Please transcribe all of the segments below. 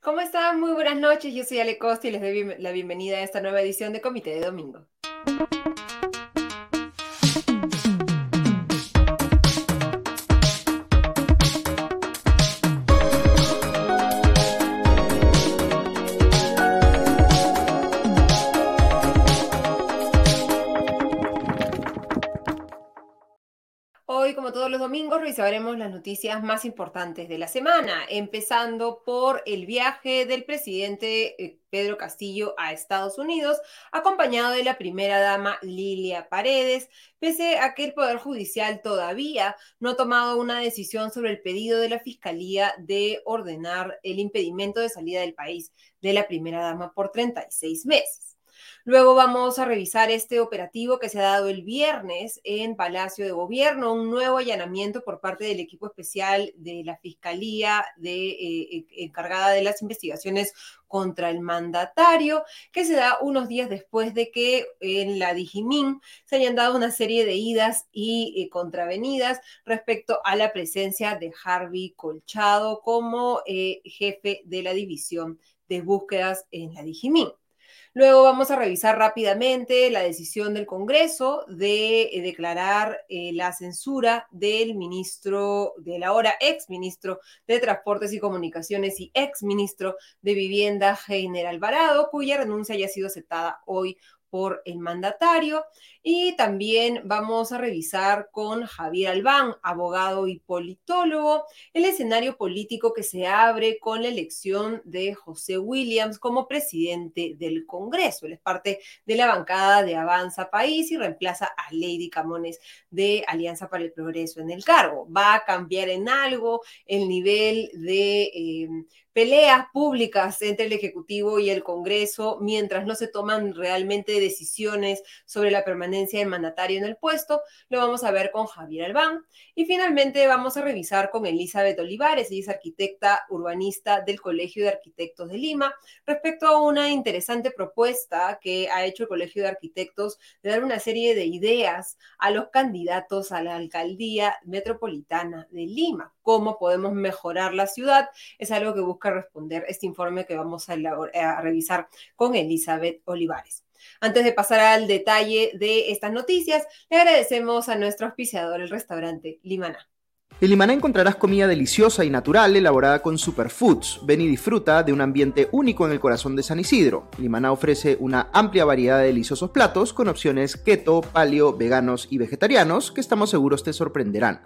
¿Cómo están? Muy buenas noches. Yo soy Ale Costa y les doy la bienvenida a esta nueva edición de Comité de Domingo. Hoy, como todos los domingos, revisaremos las noticias más importantes de la semana, empezando por el viaje del presidente Pedro Castillo a Estados Unidos, acompañado de la primera dama Lilia Paredes, pese a que el Poder Judicial todavía no ha tomado una decisión sobre el pedido de la Fiscalía de ordenar el impedimento de salida del país de la primera dama por 36 meses. Luego vamos a revisar este operativo que se ha dado el viernes en Palacio de Gobierno, un nuevo allanamiento por parte del equipo especial de la Fiscalía encargada de las investigaciones contra el mandatario, que se da unos días después de que en la Digimin se hayan dado una serie de idas y contravenidas respecto a la presencia de Harvey Colchado como jefe de la división de búsquedas en la Digimin. Luego vamos a revisar rápidamente la decisión del Congreso de declarar la censura del ministro, del ahora ex ministro de Transportes y Comunicaciones y ex ministro de Vivienda, Heiner Alvarado, cuya renuncia ya ha sido aceptada hoy por el mandatario. Y también vamos a revisar con Javier Albán, abogado y politólogo, el escenario político que se abre con la elección de José Williams como presidente del Congreso. Él es parte de la bancada de Avanza País y reemplaza a Lady Camones de Alianza para el Progreso en el cargo. ¿Va a cambiar en algo el nivel de peleas públicas entre el Ejecutivo y el Congreso mientras no se toman realmente decisiones sobre la permanencia del mandatario en el puesto? Lo vamos a ver con Javier Albán. Y finalmente vamos a revisar con Elizabeth Olivares, ella es arquitecta urbanista del Colegio de Arquitectos de Lima, respecto a una interesante propuesta que ha hecho el Colegio de Arquitectos de dar una serie de ideas a los candidatos a la alcaldía metropolitana de Lima. ¿Cómo podemos mejorar la ciudad? Es algo que busca responder este informe que vamos a revisar con Elizabeth Olivares. Antes de pasar al detalle de estas noticias, le agradecemos a nuestro auspiciador, el restaurante Limaná. En Limaná encontrarás comida deliciosa y natural elaborada con superfoods. Ven y disfruta de un ambiente único en el corazón de San Isidro. Limaná ofrece una amplia variedad de deliciosos platos con opciones keto, paleo, veganos y vegetarianos que estamos seguros te sorprenderán.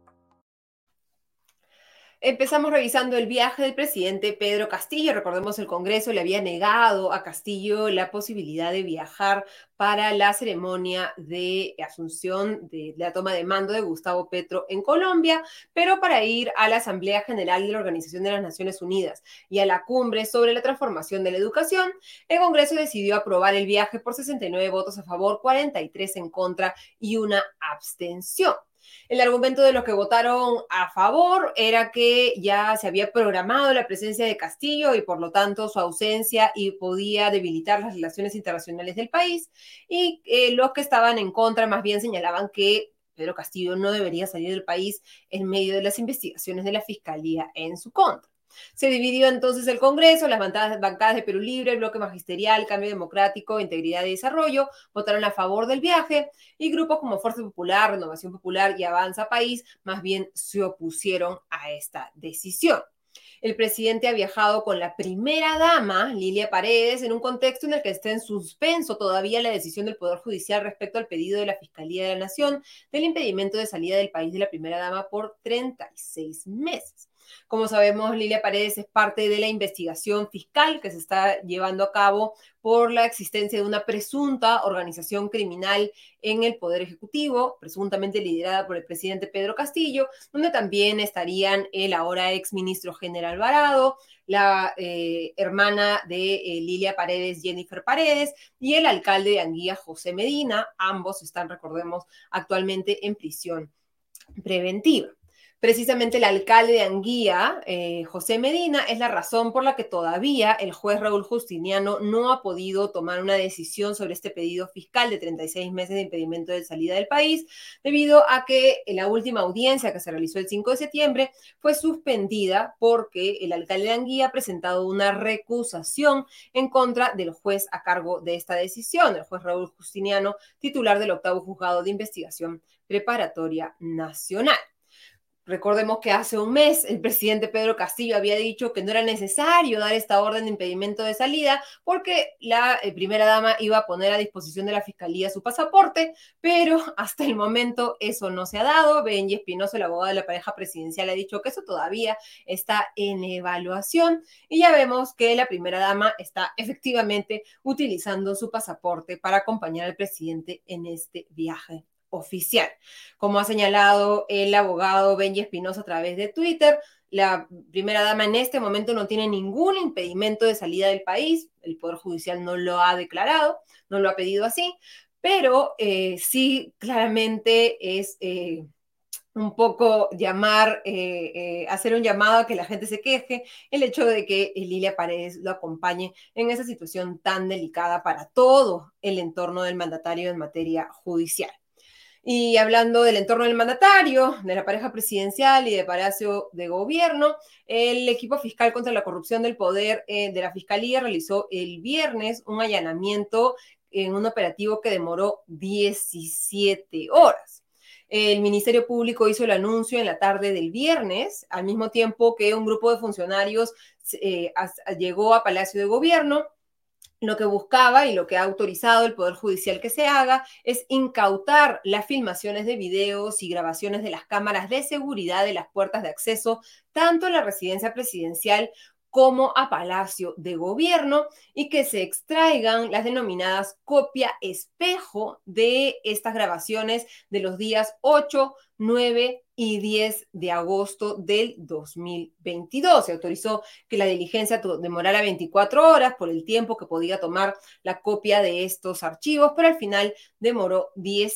Empezamos revisando el viaje del presidente Pedro Castillo. Recordemos, el Congreso le había negado a Castillo la posibilidad de viajar para la ceremonia de asunción de la toma de mando de Gustavo Petro en Colombia, pero para ir a la Asamblea General de la Organización de las Naciones Unidas y a la cumbre sobre la transformación de la educación, el Congreso decidió aprobar el viaje por 69 votos a favor, 43 en contra y una abstención. El argumento de los que votaron a favor era que ya se había programado la presencia de Castillo y por lo tanto su ausencia y podía debilitar las relaciones internacionales del país, y los que estaban en contra más bien señalaban que Pedro Castillo no debería salir del país en medio de las investigaciones de la Fiscalía en su contra. Se dividió entonces el Congreso, las bancadas de Perú Libre, el Bloque Magisterial, Cambio Democrático, Integridad y Desarrollo votaron a favor del viaje, y grupos como Fuerza Popular, Renovación Popular y Avanza País más bien se opusieron a esta decisión. El presidente ha viajado con la primera dama, Lilia Paredes, en un contexto en el que está en suspenso todavía la decisión del Poder Judicial respecto al pedido de la Fiscalía de la Nación del impedimento de salida del país de la primera dama por 36 meses. Como sabemos, Lilia Paredes es parte de la investigación fiscal que se está llevando a cabo por la existencia de una presunta organización criminal en el Poder Ejecutivo, presuntamente liderada por el presidente Pedro Castillo, donde también estarían el ahora ex ministro Heiner Alvarado, la hermana de Lilia Paredes, Jennifer Paredes, y el alcalde de Anguía, José Medina. Ambos están, recordemos, actualmente en prisión preventiva. Precisamente el alcalde de Anguía, José Medina, es la razón por la que todavía el juez Raúl Justiniano no ha podido tomar una decisión sobre este pedido fiscal de 36 meses de impedimento de salida del país, debido a que en la última audiencia que se realizó el 5 de septiembre fue suspendida porque el alcalde de Anguía ha presentado una recusación en contra del juez a cargo de esta decisión, el juez Raúl Justiniano, titular del octavo juzgado de investigación preparatoria nacional. Recordemos que hace un mes el presidente Pedro Castillo había dicho que no era necesario dar esta orden de impedimento de salida porque la primera dama iba a poner a disposición de la fiscalía su pasaporte, pero hasta el momento eso no se ha dado. Benji Espinosa, el abogado de la pareja presidencial, ha dicho que eso todavía está en evaluación y ya vemos que la primera dama está efectivamente utilizando su pasaporte para acompañar al presidente en este viaje oficial. Como ha señalado el abogado Benji Espinosa a través de Twitter, la primera dama en este momento no tiene ningún impedimento de salida del país, el Poder Judicial no lo ha declarado, no lo ha pedido así, pero sí claramente es un poco hacer un llamado a que la gente se queje, el hecho de que Lilia Paredes lo acompañe en esa situación tan delicada para todo el entorno del mandatario en materia judicial. Y hablando del entorno del mandatario, de la pareja presidencial y de Palacio de Gobierno, el equipo fiscal contra la corrupción del poder de la Fiscalía realizó el viernes un allanamiento en un operativo que demoró 17 horas. El Ministerio Público hizo el anuncio en la tarde del viernes, al mismo tiempo que un grupo de funcionarios llegó a Palacio de Gobierno. Lo que buscaba y lo que ha autorizado el Poder Judicial que se haga es incautar las filmaciones de videos y grabaciones de las cámaras de seguridad de las puertas de acceso, tanto a la residencia presidencial como a Palacio de Gobierno, y que se extraigan las denominadas copia espejo de estas grabaciones de los días 8, 9 y 10 de agosto del 2022. Se autorizó que la diligencia demorara 24 horas por el tiempo que podía tomar la copia de estos archivos, pero al final demoró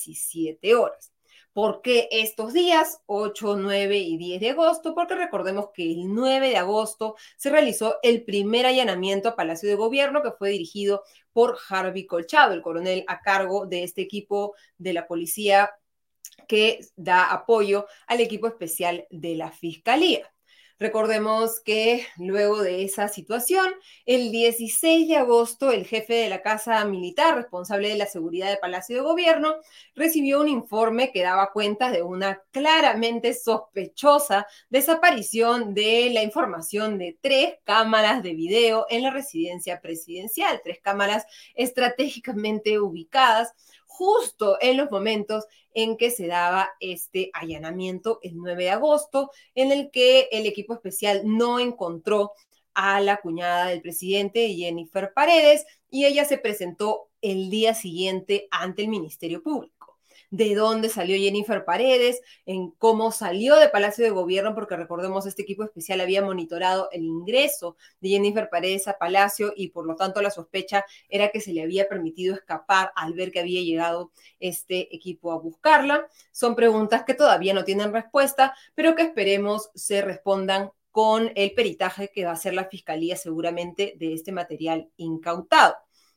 17 horas. ¿Por qué estos días, 8, 9 y 10 de agosto? Porque recordemos que el 9 de agosto se realizó el primer allanamiento a Palacio de Gobierno, que fue dirigido por Harvey Colchado, el coronel a cargo de este equipo de la policía que da apoyo al equipo especial de la Fiscalía. Recordemos que luego de esa situación, el 16 de agosto, el jefe de la Casa Militar, responsable de la seguridad de Palacio de Gobierno, recibió un informe que daba cuenta de una claramente sospechosa desaparición de la información de 3 cámaras de video en la residencia presidencial, 3 cámaras estratégicamente ubicadas justo en los momentos en que se daba este allanamiento el 9 de agosto, en el que el equipo especial no encontró a la cuñada del presidente, Jennifer Paredes, y ella se presentó el día siguiente ante el Ministerio Público. De dónde salió Jennifer Paredes, en cómo salió de Palacio de Gobierno, porque recordemos, este equipo especial había monitorado el ingreso de Jennifer Paredes a Palacio y por lo tanto la sospecha era que se le había permitido escapar al ver que había llegado este equipo a buscarla. Son preguntas que todavía no tienen respuesta, pero que esperemos se respondan con el peritaje que va a hacer la Fiscalía seguramente de este material incautado.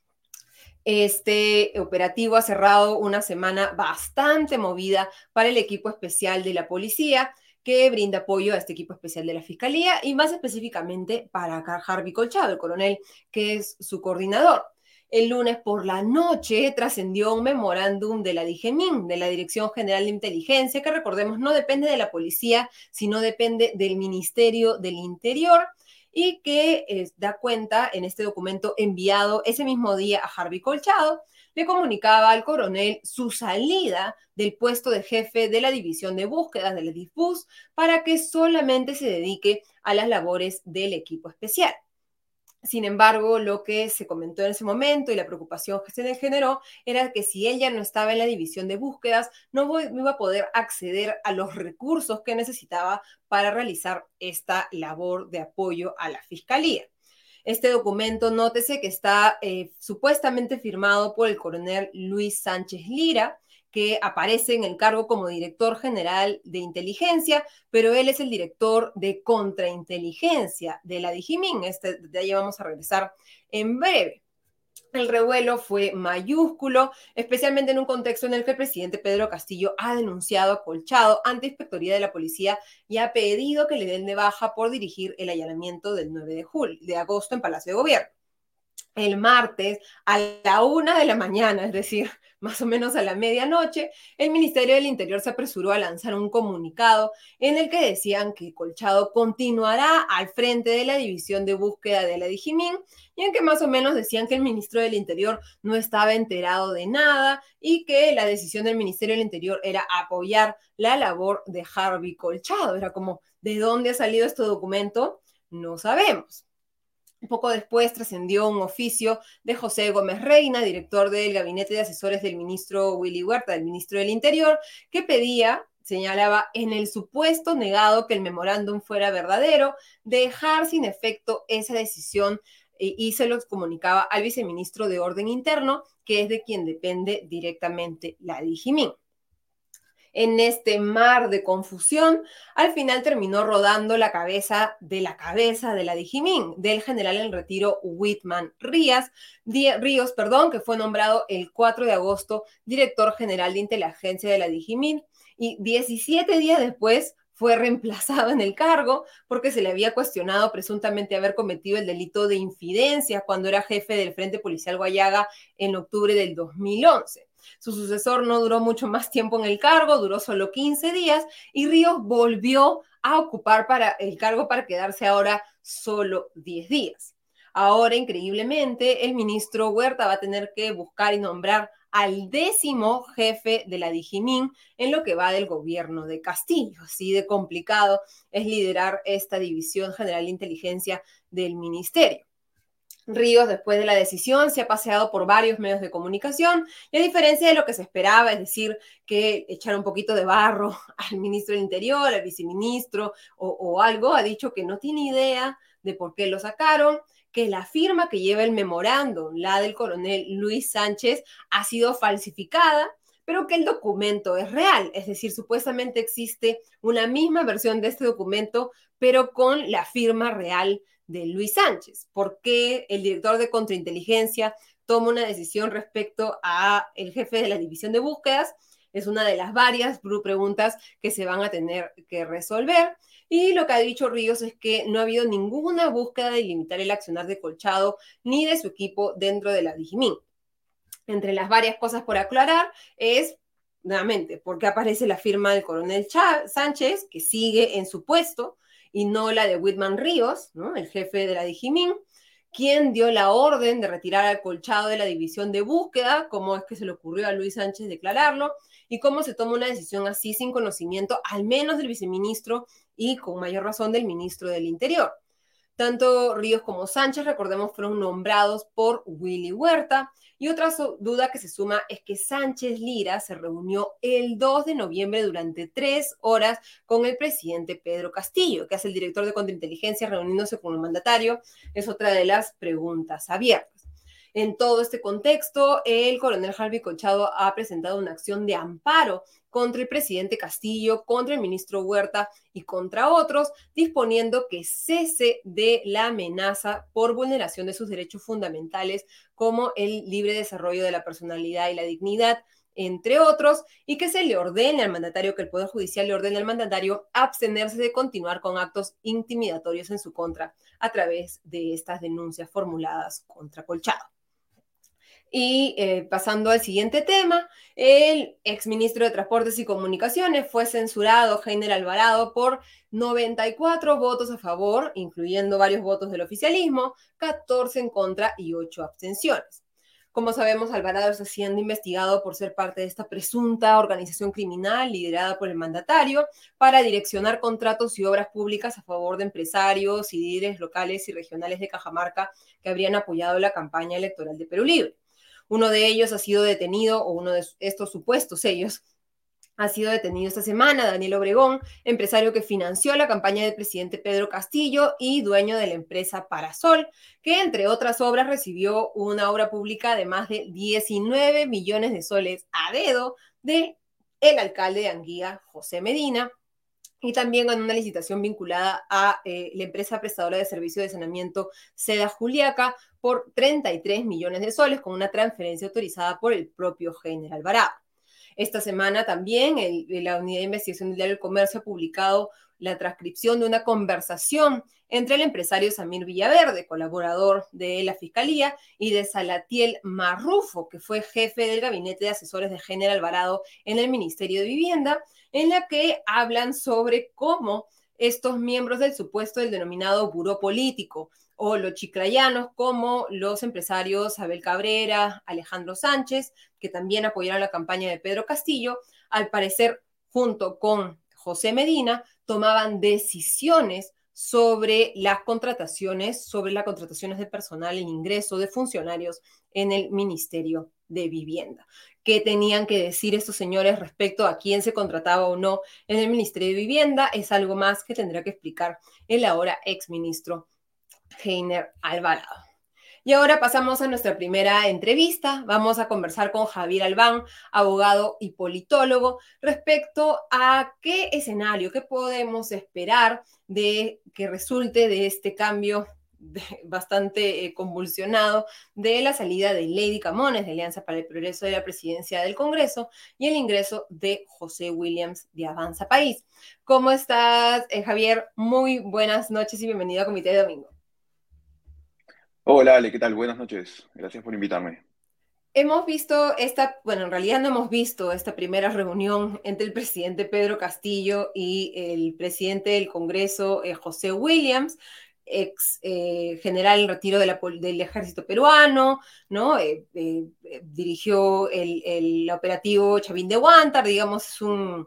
Este operativo ha cerrado una semana bastante movida para el equipo especial de la policía, que brinda apoyo a este equipo especial de la Fiscalía y más específicamente para Harvey Colchado, el coronel que es su coordinador. El lunes por la noche trascendió un memorándum de la DIGEMIN, de la Dirección General de Inteligencia, que recordemos no depende de la policía, sino depende del Ministerio del Interior, y que da cuenta en este documento enviado ese mismo día a Harvey Colchado, le comunicaba al coronel su salida del puesto de jefe de la división de búsquedas de la DIFBUS para que solamente se dedique a las labores del equipo especial. Sin embargo, lo que se comentó en ese momento y la preocupación que se le generó era que si él ya no estaba en la división de búsquedas, no iba a poder acceder a los recursos que necesitaba para realizar esta labor de apoyo a la Fiscalía. Este documento, nótese que está supuestamente firmado por el coronel Luis Sánchez Lira, que aparece en el cargo como director general de inteligencia, pero él es el director de contrainteligencia de la Digimin. De ahí vamos a regresar en breve. El revuelo fue mayúsculo, especialmente en un contexto en el que el presidente Pedro Castillo ha denunciado a Colchado ante Inspectoría de la Policía y ha pedido que le den de baja por dirigir el allanamiento del 9 de agosto en Palacio de Gobierno. El martes a la 1 de la mañana, es decir, más o menos a la medianoche, el Ministerio del Interior se apresuró a lanzar un comunicado en el que decían que Colchado continuará al frente de la división de búsqueda de la Digimin y en que más o menos decían que el ministro del Interior no estaba enterado de nada y que la decisión del Ministerio del Interior era apoyar la labor de Harvey Colchado. Era como, ¿de dónde ha salido este documento? No sabemos. Un poco después trascendió un oficio de José Gómez Reina, director del gabinete de asesores del ministro Willy Huerta, del ministro del Interior, que pedía, señalaba, en el supuesto negado que el memorándum fuera verdadero, dejar sin efecto esa decisión y se los comunicaba al viceministro de Orden Interno, que es de quien depende directamente la Digimin. En este mar de confusión, al final terminó rodando la cabeza de la Digimin, del general en retiro Whitman Ríos, que fue nombrado el 4 de agosto director general de inteligencia de la Digimin, y 17 días después fue reemplazado en el cargo porque se le había cuestionado presuntamente haber cometido el delito de infidencia cuando era jefe del Frente Policial Guayaga en octubre del 2011. Su sucesor no duró mucho más tiempo en el cargo, duró solo 15 días y Ríos volvió a ocupar el cargo para quedarse ahora solo 10 días. Ahora, increíblemente, el ministro Huerta va a tener que buscar y nombrar al 10º jefe de la Digimin en lo que va del gobierno de Castillo. Así de complicado es liderar esta división general de inteligencia del ministerio. Ríos, después de la decisión, se ha paseado por varios medios de comunicación y a diferencia de lo que se esperaba, es decir, que echar un poquito de barro al ministro del Interior, al viceministro o algo, ha dicho que no tiene idea de por qué lo sacaron, que la firma que lleva el memorándum, la del coronel Luis Sánchez, ha sido falsificada, pero que el documento es real, es decir, supuestamente existe una misma versión de este documento, pero con la firma real de Luis Sánchez. ¿Por qué el director de contrainteligencia toma una decisión respecto a el jefe de la división de búsquedas? Es una de las varias preguntas que se van a tener que resolver. Y lo que ha dicho Ríos es que no ha habido ninguna búsqueda de limitar el accionar de Colchado ni de su equipo dentro de la Digimin. Entre las varias cosas por aclarar es, nuevamente, por qué aparece la firma del coronel Sánchez, que sigue en su puesto, y no la de Whitman Ríos, ¿no? El jefe de la Digimin, quien dio la orden de retirar al Colchado de la división de búsqueda, cómo es que se le ocurrió a Luis Sánchez declararlo, y cómo se toma una decisión así sin conocimiento, al menos del viceministro y con mayor razón del ministro del Interior. Tanto Ríos como Sánchez, recordemos, fueron nombrados por Willy Huerta. Y otra duda que se suma es que Sánchez Lira se reunió el 2 de noviembre durante 3 horas con el presidente Pedro Castillo, que es el director de contrainteligencia, reuniéndose con el mandatario. Es otra de las preguntas abiertas. En todo este contexto, el coronel Harvey Colchado ha presentado una acción de amparo contra el presidente Castillo, contra el ministro Huerta y contra otros, disponiendo que cese de la amenaza por vulneración de sus derechos fundamentales como el libre desarrollo de la personalidad y la dignidad, entre otros, y que se le ordene al mandatario, que el Poder Judicial le ordene al mandatario abstenerse de continuar con actos intimidatorios en su contra a través de estas denuncias formuladas contra Colchado. Y pasando al siguiente tema, el exministro de Transportes y Comunicaciones fue censurado, Heiner Alvarado, por 94 votos a favor, incluyendo varios votos del oficialismo, 14 en contra y 8 abstenciones. Como sabemos, Alvarado está siendo investigado por ser parte de esta presunta organización criminal liderada por el mandatario para direccionar contratos y obras públicas a favor de empresarios y líderes locales y regionales de Cajamarca que habrían apoyado la campaña electoral de Perú Libre. Uno de ellos ha sido detenido, o uno de estos supuestos ellos, ha sido detenido esta semana, Daniel Obregón, empresario que financió la campaña del presidente Pedro Castillo y dueño de la empresa Parasol, que entre otras obras recibió una obra pública de más de 19 millones de soles a dedo de el alcalde de Anguía, José Medina, y también en una licitación vinculada a la empresa prestadora de servicio de saneamiento Seda Juliaca por 33 millones de soles con una transferencia autorizada por el propio Heiner Alvarado. Esta semana también la Unidad de Investigación del Diario del Comercio ha publicado la transcripción de una conversación entre el empresario Samir Villaverde, colaborador de la Fiscalía, y de Salatiel Marrufo, que fue jefe del gabinete de asesores de Heiner Alvarado en el Ministerio de Vivienda, en la que hablan sobre cómo estos miembros del supuesto del denominado buró político o los chiclayanos, como los empresarios Abel Cabrera, Alejandro Sánchez, que también apoyaron la campaña de Pedro Castillo, al parecer junto con José Medina, tomaban decisiones sobre las contrataciones de personal, el ingreso de funcionarios en el Ministerio de Vivienda. ¿Qué tenían que decir estos señores respecto a quién se contrataba o no en el Ministerio de Vivienda? Es algo más que tendrá que explicar el ahora exministro Heiner Alvarado. Y ahora pasamos a nuestra primera entrevista. Vamos a conversar con Javier Albán, abogado y politólogo, respecto a qué escenario, qué podemos esperar de que resulte de este cambio bastante convulsionado de la salida de Lady Camones, de Alianza para el Progreso, de la presidencia del Congreso, y el ingreso de José Williams de Avanza País. ¿Cómo estás, Javier? Muy buenas noches y bienvenido a Comité de Domingo. Hola Ale, ¿qué tal? Buenas noches. Gracias por invitarme. Hemos visto bueno, en realidad no hemos visto esta primera reunión entre el presidente Pedro Castillo y el presidente del Congreso, José Williams, ex general en retiro del ejército peruano, ¿no? Dirigió el operativo Chavín de Huántar, digamos, es un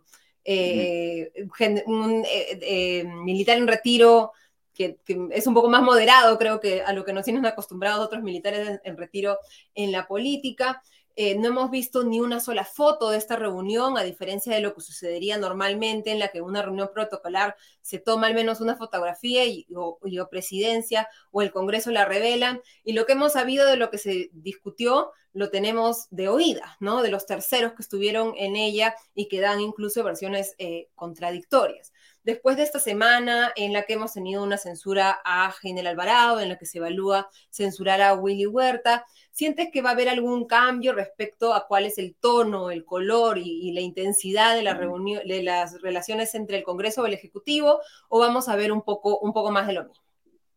militar en retiro que es un poco más moderado, creo que a lo que nos tienen acostumbrados otros militares en retiro en la política. No hemos visto ni una sola foto de esta reunión, a diferencia de lo que sucedería normalmente en la que una reunión protocolar se toma al menos una fotografía o presidencia o el Congreso la revelan, y lo que hemos sabido de lo que se discutió lo tenemos de oídas, ¿no? De los terceros que estuvieron en ella y que dan incluso versiones contradictorias. Después de esta semana en la que hemos tenido una censura a Heiner Alvarado, en la que se evalúa censurar a Willy Huerta, ¿sientes que va a haber algún cambio respecto a cuál es el tono, el color y la intensidad de de las relaciones entre el Congreso y el Ejecutivo, o vamos a ver un poco más de lo mismo?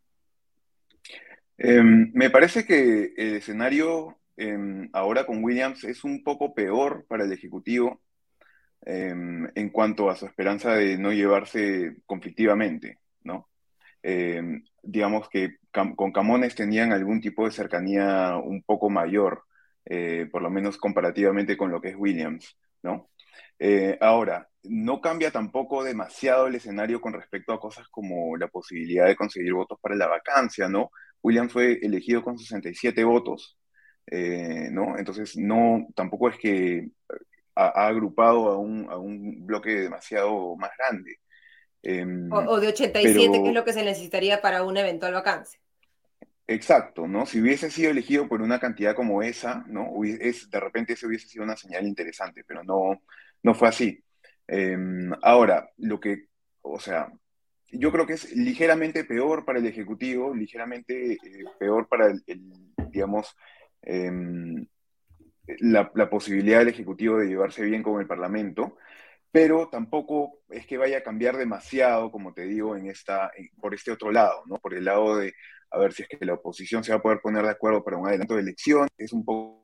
Me parece que el escenario ahora con Williams es un poco peor para el Ejecutivo en cuanto a su esperanza de no llevarse conflictivamente, ¿no? Digamos que con Camones tenían algún tipo de cercanía un poco mayor, por lo menos comparativamente con lo que es Williams, ¿no? Ahora, no cambia tampoco demasiado el escenario con respecto a cosas como la posibilidad de conseguir votos para la vacancia, ¿no? Williams fue elegido con 67 votos, ¿no? Entonces, no, tampoco es que ha agrupado a un bloque demasiado más grande. O de 87, que es lo Pero, que se necesitaría para una eventual vacancia. exacto, ¿no? Si hubiese sido elegido por una cantidad como esa, ¿no? De repente eso hubiese sido una señal interesante, pero no, no fue así. Ahora, o sea, yo creo que es ligeramente peor para el Ejecutivo, ligeramente peor para digamos, em, la posibilidad del Ejecutivo de llevarse bien con el Parlamento, pero tampoco es que vaya a cambiar demasiado, como te digo, por este otro lado, ¿no? Por el lado de, a ver si es que la oposición se va a poder poner de acuerdo para un adelanto de elección, es un poco,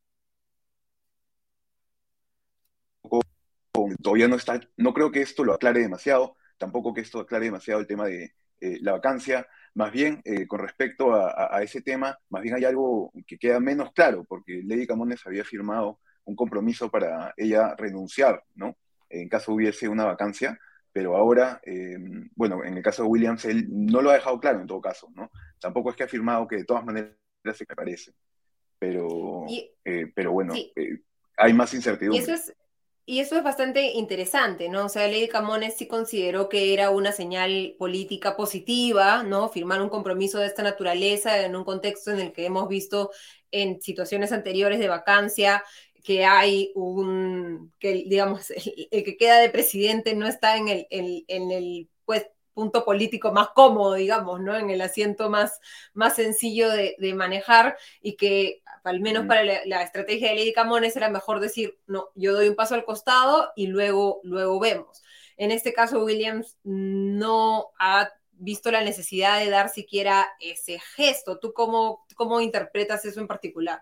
todavía no está, no creo que esto lo aclare demasiado, tampoco que esto aclare demasiado el tema de la vacancia, más bien con respecto a ese tema, más bien hay algo que queda menos claro, porque Lady Camones había firmado un compromiso para ella renunciar, ¿no? En caso hubiese una vacancia, pero ahora, bueno, en el caso de Williams, él no lo ha dejado claro en todo caso, ¿no? Tampoco es que ha afirmado que de todas maneras se parece, Y, pero bueno, sí, hay más y eso incertidumbre. es, y eso es bastante interesante, ¿no? O sea, Lady Camones sí consideró que era una señal política positiva, ¿no? Firmar un compromiso de esta naturaleza en un contexto en el que hemos visto en situaciones anteriores de vacancia que hay que digamos, el que queda de presidente no está en el pues, punto político más cómodo, digamos, ¿no? En el asiento más sencillo de manejar y que al menos para la estrategia de Lady Camones era mejor decir, no, yo doy un paso al costado y luego vemos. En este caso, Williams no ha visto la necesidad de dar siquiera ese gesto. ¿Tú cómo interpretas eso en particular?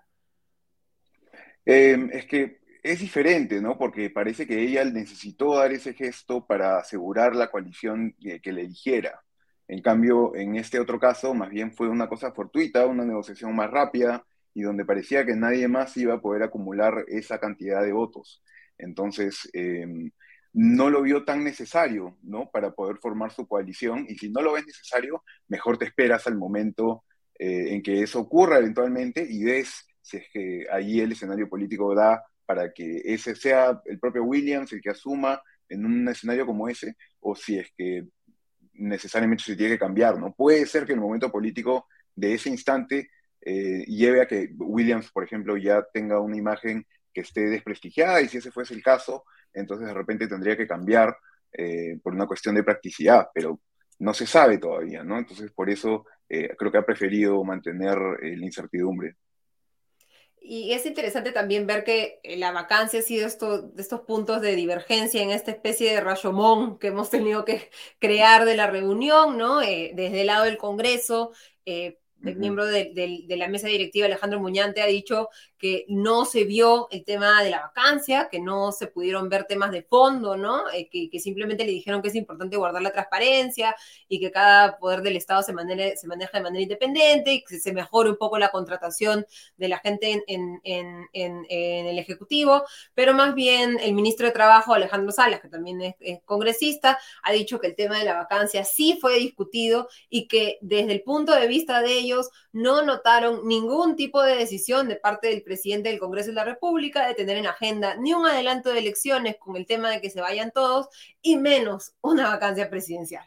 Es que es diferente, ¿no? Porque parece que ella necesitó dar ese gesto para asegurar la coalición que le eligiera. En cambio, en este otro caso, más bien fue una cosa fortuita, una negociación más rápida y donde parecía que nadie más iba a poder acumular esa cantidad de votos. Entonces, no lo vio tan necesario, ¿no? Para poder formar su coalición. Y si no lo ves necesario, mejor te esperas al momento en que eso ocurra eventualmente y ves si es que ahí el escenario político da para que ese sea el propio Williams el que asuma en un escenario como ese, o si es que necesariamente se tiene que cambiar, ¿no? Puede ser que el momento político de ese instante lleve a que Williams, por ejemplo, ya tenga una imagen que esté desprestigiada, y si ese fuese el caso, entonces de repente tendría que cambiar por una cuestión de practicidad, pero no se sabe todavía, ¿no? Entonces por eso creo que ha preferido mantener la incertidumbre. Y es interesante también ver que la vacancia ha sido de estos puntos de divergencia en esta especie de Rashomon que hemos tenido que crear de la reunión, ¿no? Desde el lado del Congreso, el Ujú. miembro de la mesa directiva, Alejandro Muñante, ha dicho que no se vio el tema de la vacancia, que no se pudieron ver temas de fondo, ¿no? Que simplemente le dijeron que es importante guardar la transparencia y que cada poder del Estado se maneja de manera independiente y que se mejore un poco la contratación de la gente en el Ejecutivo, pero más bien el ministro de Trabajo, Alejandro Salas, que también es congresista, ha dicho que el tema de la vacancia sí fue discutido y que desde el punto de vista de ellos no notaron ningún tipo de decisión de parte del presidente del Congreso de la República de tener en agenda ni un adelanto de elecciones con el tema de que se vayan todos y menos una vacancia presidencial.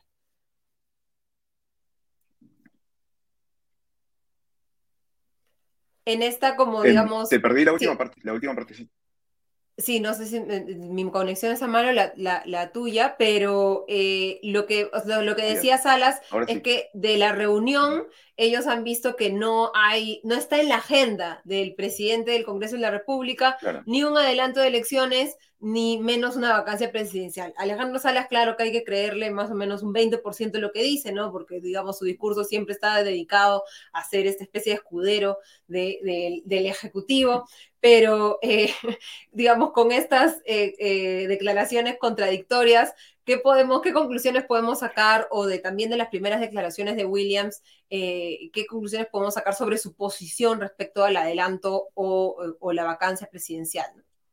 En esta, como Te digamos, perdí sí, la última parte sí. sí, no sé si mi conexión es a mano, la tuya, pero lo que Ah, ya, decía Salas ahora es sí. que de la Ujú. reunión ellos han visto que no está en la agenda del presidente del Congreso de la República Claro. ni un adelanto de elecciones, ni menos una vacancia presidencial. Alejandro Salas, claro que hay que creerle más o menos un 20% de lo que dice, ¿no? Porque, digamos, su discurso siempre está dedicado a ser esta especie de escudero del Ejecutivo, pero digamos, con estas declaraciones contradictorias, qué conclusiones podemos sacar o también de las primeras declaraciones de Williams, qué conclusiones podemos sacar sobre su posición respecto al adelanto o la vacancia presidencial?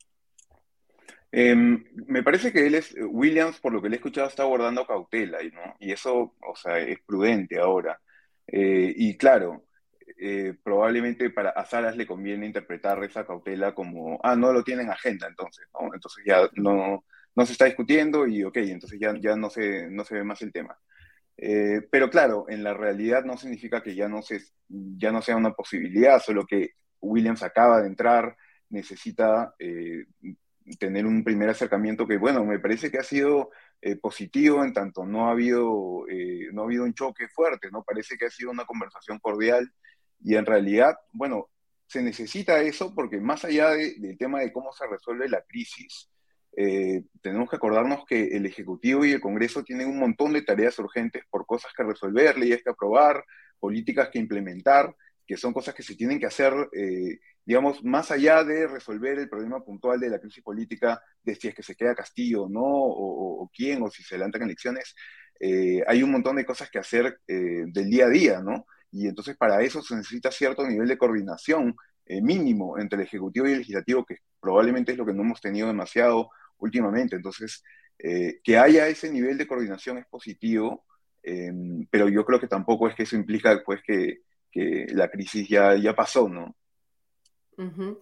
Me parece que Williams, por lo que le he escuchado, está guardando cautela, ¿no? Y eso, o sea, es prudente ahora. Y claro, probablemente a Salas le conviene interpretar esa cautela como, no lo tienen en agenda, entonces, ¿no? Entonces ya no se está discutiendo y ok, entonces ya no se ve más el tema. Pero claro, en la realidad no significa que ya no sea una posibilidad, solo que Williams acaba de entrar, necesita tener un primer acercamiento que, bueno, me parece que ha sido positivo en tanto no ha habido un choque fuerte, ¿no? Parece que ha sido una conversación cordial y en realidad, bueno, se necesita eso porque más allá del tema de cómo se resuelve la crisis, tenemos que acordarnos que el Ejecutivo y el Congreso tienen un montón de tareas urgentes por cosas que resolver, leyes que aprobar, políticas que implementar, que son cosas que se tienen que hacer, digamos, más allá de resolver el problema puntual de la crisis política, de si es que se queda Castillo o no, o quién, o si se adelantan elecciones, hay un montón de cosas que hacer del día a día, ¿no? Y entonces para eso se necesita cierto nivel de coordinación mínimo entre el Ejecutivo y el Legislativo, que probablemente es lo que no hemos tenido demasiado últimamente. Entonces, que haya ese nivel de coordinación es positivo, eh, pero yo creo que tampoco es que eso implica pues que la crisis ya pasó, ¿no? Ujú.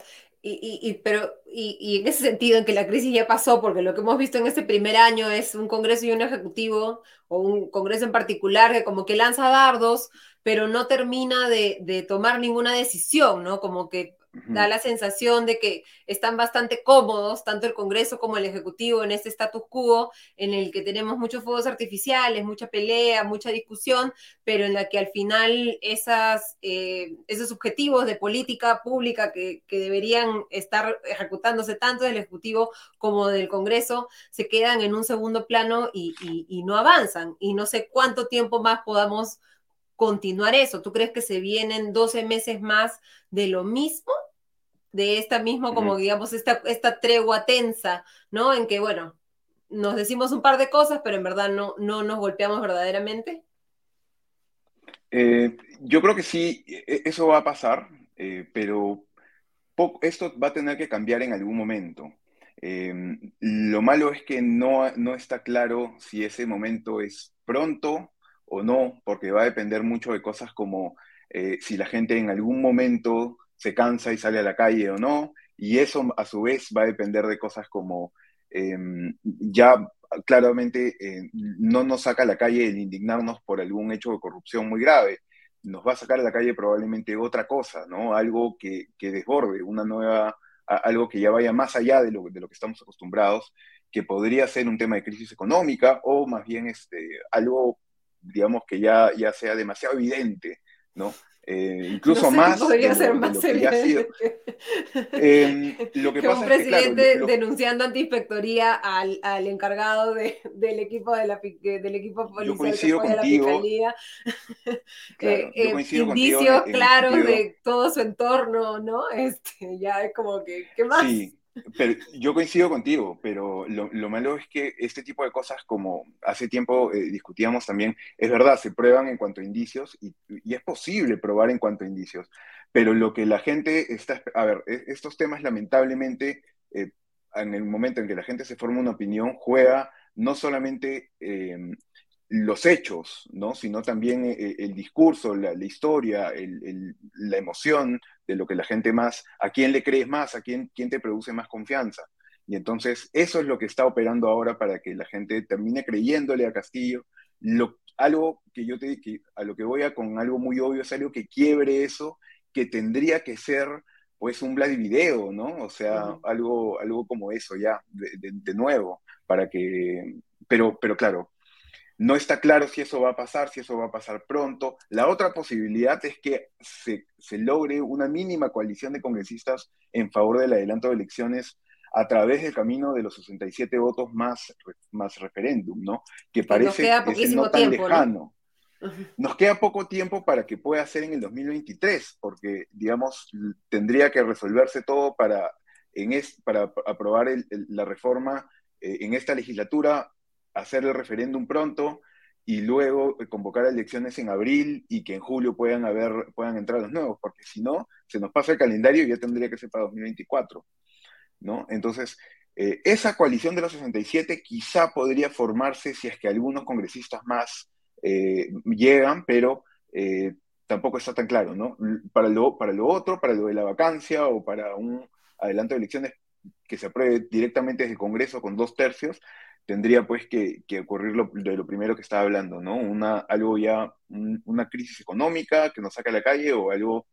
Y en ese sentido, en que la crisis ya pasó, porque lo que hemos visto en este primer año es un Congreso y un Ejecutivo, o un Congreso en particular, que como que lanza dardos, pero no termina de tomar ninguna decisión, ¿no? Como que Da Ujú, la sensación de que están bastante cómodos, tanto el Congreso como el Ejecutivo, en este status quo en el que tenemos muchos fuegos artificiales, mucha pelea, mucha discusión, pero en la que al final esos objetivos de política pública que deberían estar ejecutándose tanto del Ejecutivo como del Congreso se quedan en un segundo plano y no avanzan. Y no sé cuánto tiempo más podamos continuar eso. ¿Tú crees que se vienen 12 meses más de lo mismo? De esta misma, como ujú. digamos, esta tregua tensa, ¿no? En que, bueno, nos decimos un par de cosas, pero en verdad no nos golpeamos verdaderamente. Yo creo que sí, eso va a pasar, pero esto va a tener que cambiar en algún momento. Eh, lo malo es que no está claro si ese momento es pronto o no, porque va a depender mucho de cosas como si la gente en algún momento se cansa y sale a la calle o no, y eso a su vez va a depender de cosas como eh, ya claramente no nos saca a la calle el indignarnos por algún hecho de corrupción muy grave, nos va a sacar a la calle probablemente otra cosa, ¿no? Algo que desborde, una nueva, algo que ya vaya más allá de lo que estamos acostumbrados, que podría ser un tema de crisis económica o más bien algo, digamos, que ya sea demasiado evidente, ¿no? No Incluso sé qué más podría ser de más lo que ya ha sido. evidente Lo que que un pasa es que, claro, presidente denunciando antiinspectoría al encargado del equipo del equipo yo policial que coincido apoya a la contigo, fiscalía, claro, yo coincido contigo indicios en el claros sentido. de todo su entorno, ¿no? Ya es como que, ¿qué más? Sí, pero yo coincido contigo, pero lo malo es que este tipo de cosas, como hace tiempo discutíamos también, es verdad, se prueban en cuanto a indicios y es posible probar en cuanto a indicios, pero lo que la gente está, a ver, estos temas lamentablemente, en el momento en que la gente se forma una opinión, juega no solamente los hechos, ¿no? Sino también el discurso, la historia, la emoción de lo que la gente más, a quién le crees más, quién te produce más confianza. Y entonces eso es lo que está operando ahora para que la gente termine creyéndole a Castillo. Algo que a lo que voy a con algo muy obvio es algo que quiebre eso, que tendría que ser pues un Vladivideo, ¿no? O Uh sea, -huh. algo como eso ya, de nuevo, para que, pero claro, no está claro si eso va a pasar, si eso va a pasar pronto. La otra posibilidad es que se logre una mínima coalición de congresistas en favor del adelanto de elecciones a través del camino de los 67 votos más referéndum, ¿no? Que Que nos parece queda ese poquísimo no tan tiempo, ¿no? lejano. Nos queda poco tiempo para que pueda ser en el 2023, porque, digamos, tendría que resolverse todo para aprobar la reforma en esta legislatura, hacer el referéndum pronto y luego convocar elecciones en abril y que en julio puedan entrar los nuevos, porque si no, se nos pasa el calendario y ya tendría que ser para 2024, ¿no? Entonces, esa coalición de los 67 quizá podría formarse si es que algunos congresistas más llegan, pero tampoco está tan claro, ¿no? Para lo otro, para lo de la vacancia o para un adelanto de elecciones que se apruebe directamente desde el Congreso con 2/3, tendría pues que ocurrir de lo primero que estaba hablando, ¿no? Algo ya, una crisis económica que nos saca a la calle o algo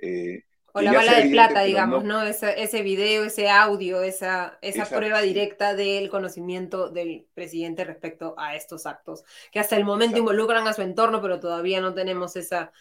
O que la ya bala sea de evidente, plata, pero digamos, no. ¿no? Ese video, ese audio, esa prueba Sí, directa del conocimiento del presidente respecto a estos actos, que hasta el momento exacto. involucran a su entorno, pero todavía no tenemos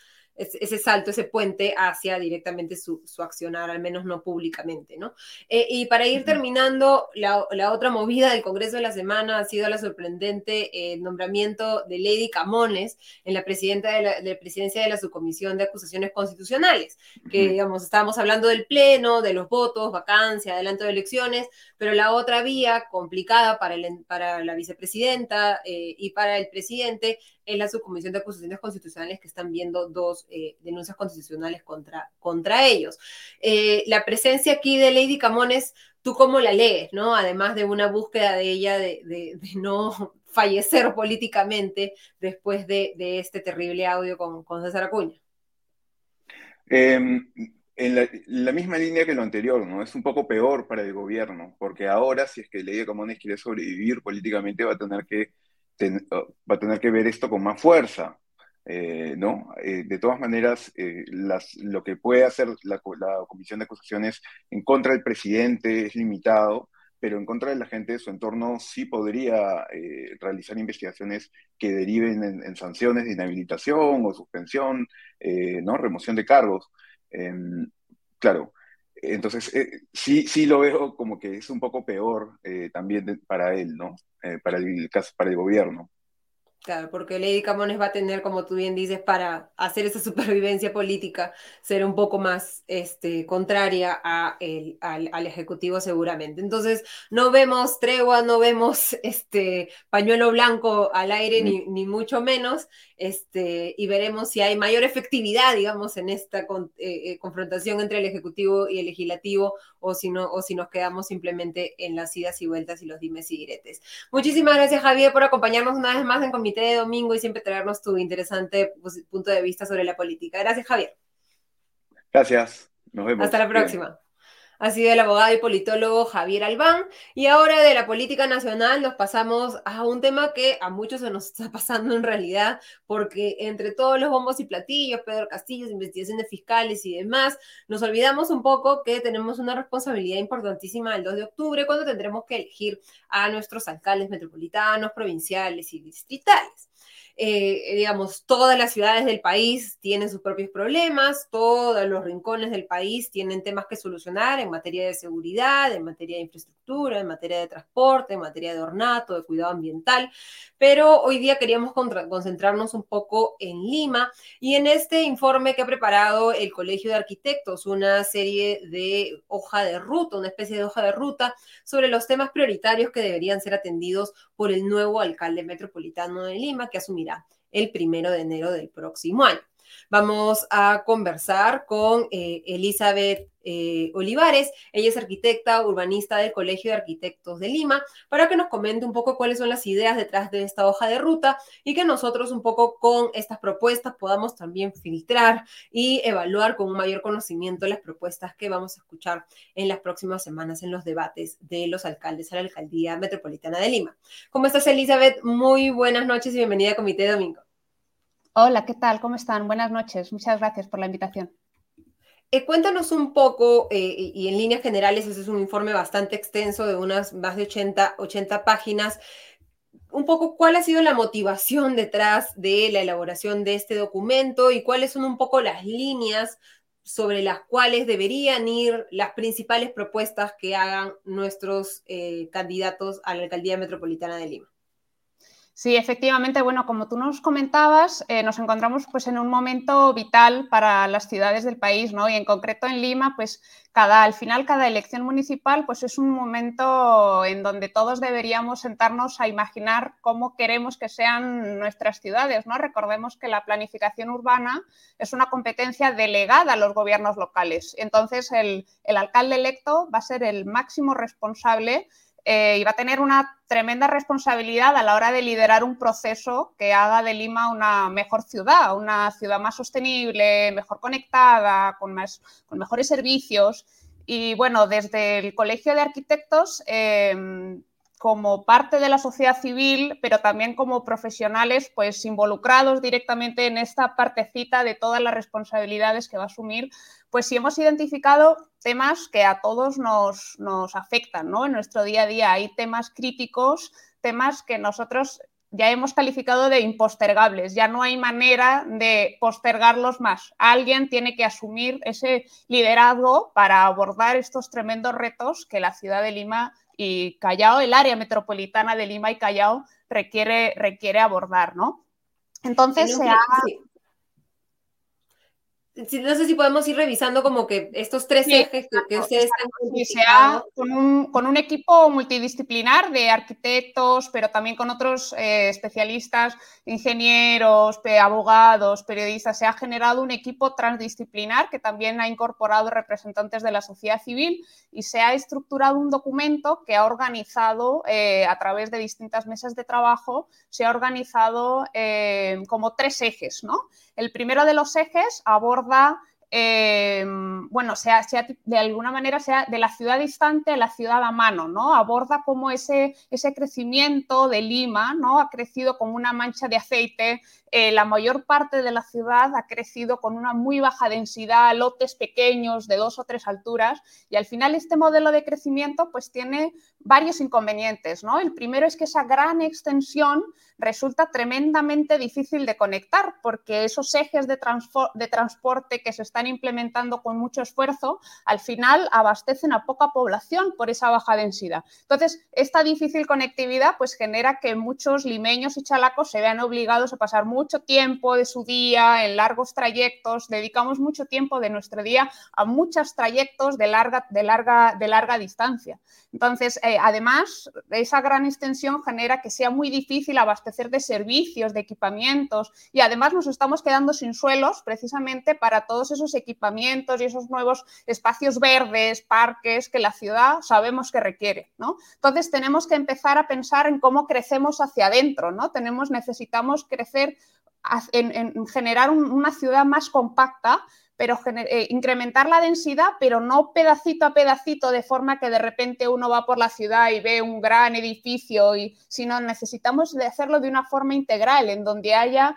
ese salto, ese puente hacia directamente su accionar, al menos no públicamente, ¿no? Y para ir Ujú, terminando, la otra movida del Congreso de la semana ha sido la sorprendente nombramiento de Lady Camones en la presidenta de la presidencia de la Subcomisión de Acusaciones Constitucionales, que, ujú. digamos, estábamos hablando del pleno, de los votos, vacancia, adelanto de elecciones, pero la otra vía complicada para la vicepresidenta y para el presidente es la subcomisión de acusaciones constitucionales que están viendo dos denuncias constitucionales contra ellos. La presencia aquí de Lady Camones, ¿tú cómo la lees? ¿No? Además de una búsqueda de ella de no fallecer políticamente después de este terrible audio con César Acuña. En la misma línea que lo anterior, ¿no? Es un poco peor para el gobierno, porque ahora, si es que Leida Camones quiere sobrevivir políticamente, va a tener que ver esto con más fuerza. ¿no? De todas maneras, lo que puede hacer la Comisión de Acusaciones en contra del presidente es limitado, pero en contra de la gente de su entorno sí podría realizar investigaciones que deriven en sanciones de inhabilitación o suspensión, ¿no? Remoción de cargos. Claro, entonces sí lo veo como que es un poco peor también para él, ¿no? Para el caso, para el gobierno. Claro, porque Lady Camones va a tener, como tú bien dices, para hacer esa supervivencia política, ser un poco más contraria al Ejecutivo seguramente. Entonces, no vemos tregua, no vemos pañuelo blanco al aire, ni mucho menos, y veremos si hay mayor efectividad, digamos, en esta confrontación entre el Ejecutivo y el Legislativo, o si no, o si nos quedamos simplemente en las idas y vueltas y los dimes y diretes. Muchísimas gracias, Javier, por acompañarnos una vez más en Comité de Domingo y siempre traernos tu interesante punto de vista sobre la política. Gracias, Javier. Gracias, nos Hasta vemos. la Cuídate. próxima. Ha sido el abogado y politólogo Javier Albán. Y ahora de la política nacional nos pasamos a un tema que a muchos se nos está pasando en realidad, porque entre todos los bombos y platillos, Pedro Castillo, investigaciones fiscales y demás, nos olvidamos un poco que tenemos una responsabilidad importantísima el 2 de octubre, cuando tendremos que elegir a nuestros alcaldes metropolitanos, provinciales y distritales. Digamos, todas las ciudades del país tienen sus propios problemas, todos los rincones del país tienen temas que solucionar en materia de seguridad, en materia de infraestructura, en materia de transporte, en materia de ornato, de cuidado ambiental, pero hoy día queríamos concentrarnos un poco en Lima y en este informe que ha preparado el Colegio de Arquitectos, una serie de hoja de ruta, una especie de hoja de ruta sobre los temas prioritarios que deberían ser atendidos por el nuevo alcalde metropolitano de Lima, que asumirá el 1 de enero del próximo año. Vamos a conversar con Elizabeth Olivares. Ella es arquitecta urbanista del Colegio de Arquitectos de Lima, para que nos comente un poco cuáles son las ideas detrás de esta hoja de ruta y que nosotros un poco con estas propuestas podamos también filtrar y evaluar con un mayor conocimiento las propuestas que vamos a escuchar en las próximas semanas en los debates de los alcaldes a la Alcaldía Metropolitana de Lima. ¿Cómo estás, Elizabeth? Muy buenas noches y bienvenida a Comité de Domingo. Hola, ¿qué tal? ¿Cómo están? Buenas noches. Muchas gracias por la invitación. Cuéntanos un poco, y en líneas generales, ese es un informe bastante extenso de unas más de 80 páginas, un poco cuál ha sido la motivación detrás de la elaboración de este documento y cuáles son un poco las líneas sobre las cuales deberían ir las principales propuestas que hagan nuestros candidatos a la Alcaldía Metropolitana de Lima. Sí, efectivamente, bueno, como tú nos comentabas, nos encontramos pues en un momento vital para las ciudades del país, ¿no? Y en concreto en Lima, pues al final cada elección municipal pues es un momento en donde todos deberíamos sentarnos a imaginar cómo queremos que sean nuestras ciudades, ¿no? Recordemos que la planificación urbana es una competencia delegada a los gobiernos locales. Entonces, el alcalde electo va a ser el máximo responsable y va a tener una tremenda responsabilidad a la hora de liderar un proceso que haga de Lima una mejor ciudad, una ciudad más sostenible, mejor conectada, con mejores servicios. Y bueno, desde el Colegio de Arquitectos, como parte de la sociedad civil, pero también como profesionales pues involucrados directamente en esta partecita de todas las responsabilidades que va a asumir, pues sí hemos identificado temas que a todos nos afectan, ¿no? En nuestro día a día hay temas críticos, temas que nosotros ya hemos calificado de impostergables, ya no hay manera de postergarlos más. Alguien tiene que asumir ese liderazgo para abordar estos tremendos retos que la ciudad de Lima y Callao, el área metropolitana de Lima y Callao requiere abordar, ¿no? Entonces sí. No sé si podemos ir revisando como que estos tres ejes que ustedes han identificado. Con un equipo multidisciplinar de arquitectos, pero también con otros especialistas, ingenieros, abogados, periodistas. Se ha generado un equipo transdisciplinar que también ha incorporado representantes de la sociedad civil y se ha estructurado un documento que ha organizado a través de distintas mesas de trabajo, se ha organizado como 3 ejes, ¿no? El primero de los ejes aborda de alguna manera sea de la ciudad distante a la ciudad a mano, ¿no? Aborda cómo ese crecimiento de Lima, ¿no? Ha crecido como una mancha de aceite. La mayor parte de la ciudad ha crecido con una muy baja densidad, lotes pequeños de 2 o 3 alturas, y al final este modelo de crecimiento pues tiene varios inconvenientes, ¿no? El primero es que esa gran extensión resulta tremendamente difícil de conectar, porque esos ejes de transporte que se están implementando con mucho esfuerzo, al final abastecen a poca población por esa baja densidad. Entonces, esta difícil conectividad pues genera que muchos limeños y chalacos se vean obligados a pasar mucho tiempo de su día en largos trayectos. Dedicamos mucho tiempo de nuestro día a muchos trayectos de larga distancia. Entonces, además, esa gran extensión genera que sea muy difícil abastecer de servicios, de equipamientos, y además nos estamos quedando sin suelos precisamente para todos esos equipamientos y esos nuevos espacios verdes, parques que la ciudad sabemos que requiere, ¿no? Entonces, tenemos que empezar a pensar en cómo crecemos hacia adentro, ¿no? Necesitamos crecer en generar una ciudad más compacta, pero incrementar la densidad, pero no pedacito a pedacito, de forma que de repente uno va por la ciudad y ve un gran edificio, sino necesitamos hacerlo de una forma integral, en donde haya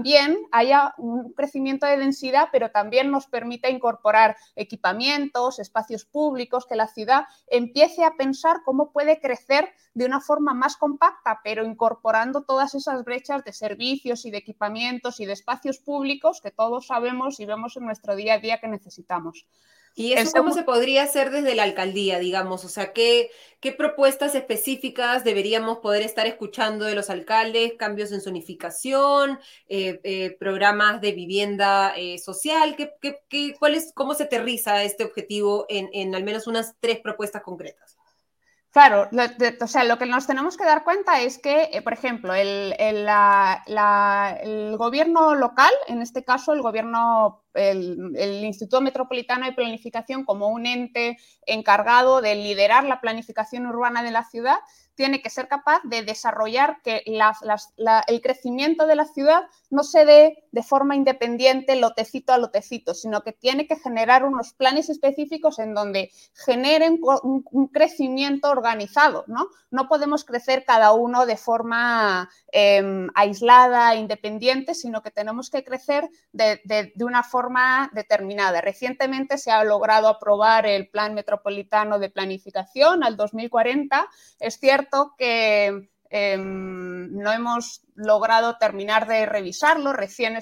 un crecimiento de densidad, pero también nos permita incorporar equipamientos, espacios públicos, que la ciudad empiece a pensar cómo puede crecer de una forma más compacta, pero incorporando todas esas brechas de servicios y de equipamientos y de espacios públicos que todos sabemos y vemos en nuestro día a día que necesitamos. ¿Y eso cómo se podría hacer desde la alcaldía, digamos? O sea, ¿qué propuestas específicas deberíamos poder estar escuchando de los alcaldes? ¿Cambios en zonificación? ¿Programas de vivienda social? ¿Cómo se aterriza este objetivo en al menos unas 3 propuestas concretas? Claro, lo que nos tenemos que dar cuenta es que, por ejemplo, el gobierno local, en este caso el Instituto Metropolitano de Planificación, como un ente encargado de liderar la planificación urbana de la ciudad, tiene que ser capaz de desarrollar que el crecimiento de la ciudad no se dé de forma independiente, lotecito a lotecito, sino que tiene que generar unos planes específicos en donde generen un crecimiento organizado, ¿no? No podemos crecer cada uno de forma aislada, independiente, sino que tenemos que crecer de una forma determinada. Recientemente se ha logrado aprobar el Plan Metropolitano de Planificación al 2040. Es cierto que no hemos logrado terminar de revisarlo, recién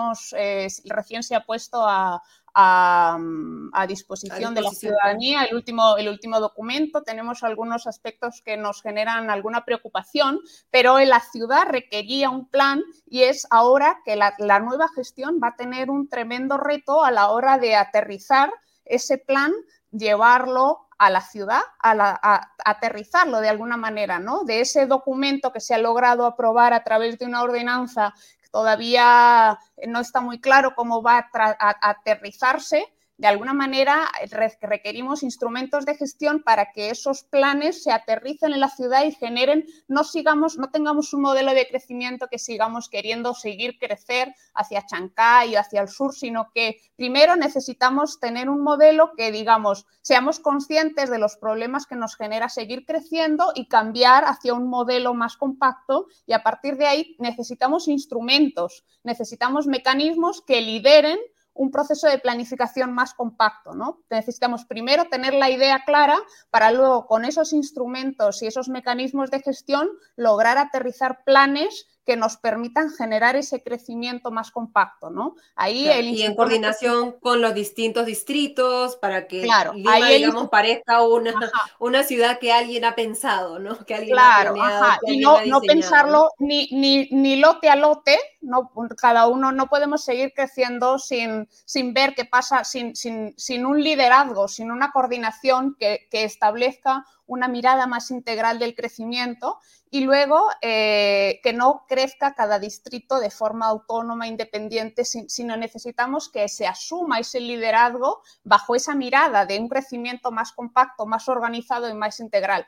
se ha puesto a disposición de la ciudadanía el último documento. Tenemos algunos aspectos que nos generan alguna preocupación, pero en la ciudad requería un plan, y es ahora que la nueva gestión va a tener un tremendo reto a la hora de aterrizar ese plan, llevarlo a la ciudad, a aterrizarlo de alguna manera, ¿no? De ese documento que se ha logrado aprobar a través de una ordenanza, todavía no está muy claro cómo va a aterrizarse. De alguna manera requerimos instrumentos de gestión para que esos planes se aterricen en la ciudad y generen, no tengamos un modelo de crecimiento que sigamos queriendo seguir crecer hacia Chancay y hacia el sur, sino que primero necesitamos tener un modelo que, digamos, seamos conscientes de los problemas que nos genera seguir creciendo y cambiar hacia un modelo más compacto, y a partir de ahí necesitamos instrumentos, necesitamos mecanismos que lideren un proceso de planificación más compacto, ¿no? Necesitamos primero tener la idea clara para luego, con esos instrumentos y esos mecanismos de gestión, lograr aterrizar planes que nos permitan generar ese crecimiento más compacto, ¿no? Ahí claro, y en coordinación con los distintos distritos para que Lima, digamos, parezca una ciudad que alguien ha pensado, ¿no? Que alguien ha planeado, que alguien ha diseñado, no pensarlo, ¿no? Ni lote a lote, ¿no? Cada uno no podemos seguir creciendo sin ver qué pasa, sin un liderazgo, sin una coordinación que establezca una mirada más integral del crecimiento, y luego que no crezca cada distrito de forma autónoma, independiente, sino necesitamos que se asuma ese liderazgo bajo esa mirada de un crecimiento más compacto, más organizado y más integral.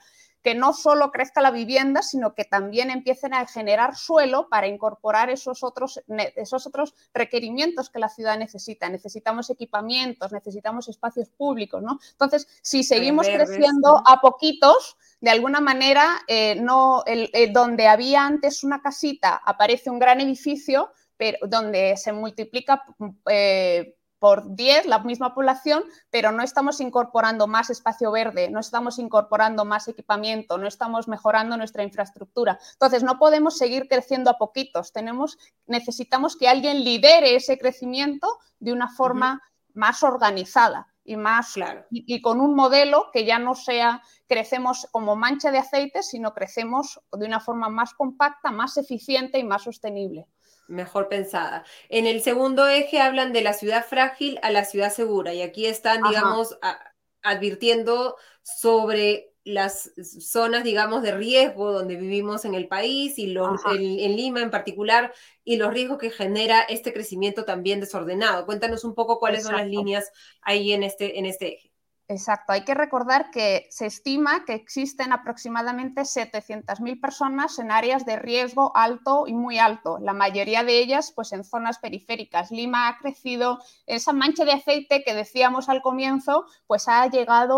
que no solo crezca la vivienda, sino que también empiecen a generar suelo para incorporar esos otros requerimientos que la ciudad necesita. Necesitamos equipamientos, necesitamos espacios públicos, ¿no? Entonces, si seguimos creciendo a poquitos, de alguna manera, donde había antes una casita, aparece un gran edificio, pero donde se multiplica por 10 la misma población, pero no estamos incorporando más espacio verde, no estamos incorporando más equipamiento, no estamos mejorando nuestra infraestructura. Entonces, no podemos seguir creciendo a poquitos. Necesitamos que alguien lidere ese crecimiento de una forma más organizada y con un modelo que ya no sea crecemos como mancha de aceite, sino crecemos de una forma más compacta, más eficiente y más sostenible. Mejor pensada. En el segundo eje hablan de la ciudad frágil a la ciudad segura y aquí están, digamos, advirtiendo sobre las zonas, digamos, de riesgo donde vivimos en el país y en Lima en particular y los riesgos que genera este crecimiento también desordenado. Cuéntanos un poco cuáles son las líneas ahí en este eje. Exacto, hay que recordar que se estima que existen aproximadamente 700.000 personas en áreas de riesgo alto y muy alto, la mayoría de ellas pues en zonas periféricas. Lima ha crecido, esa mancha de aceite que decíamos al comienzo, pues ha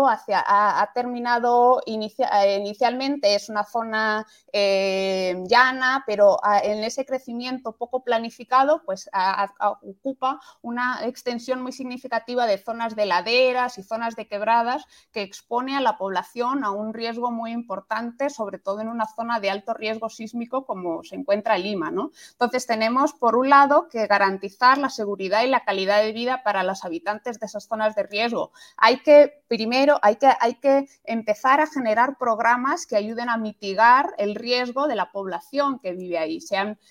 terminado inicialmente, es una zona llana, pero en ese crecimiento poco planificado pues ocupa una extensión muy significativa de zonas de laderas y zonas de quebradas que expone a la población a un riesgo muy importante, sobre todo en una zona de alto riesgo sísmico como se encuentra Lima, ¿no? Entonces tenemos por un lado que garantizar la seguridad y la calidad de vida para los habitantes de esas zonas de riesgo. Hay que empezar a generar programas que ayuden a mitigar el riesgo de la población que vive ahí, sean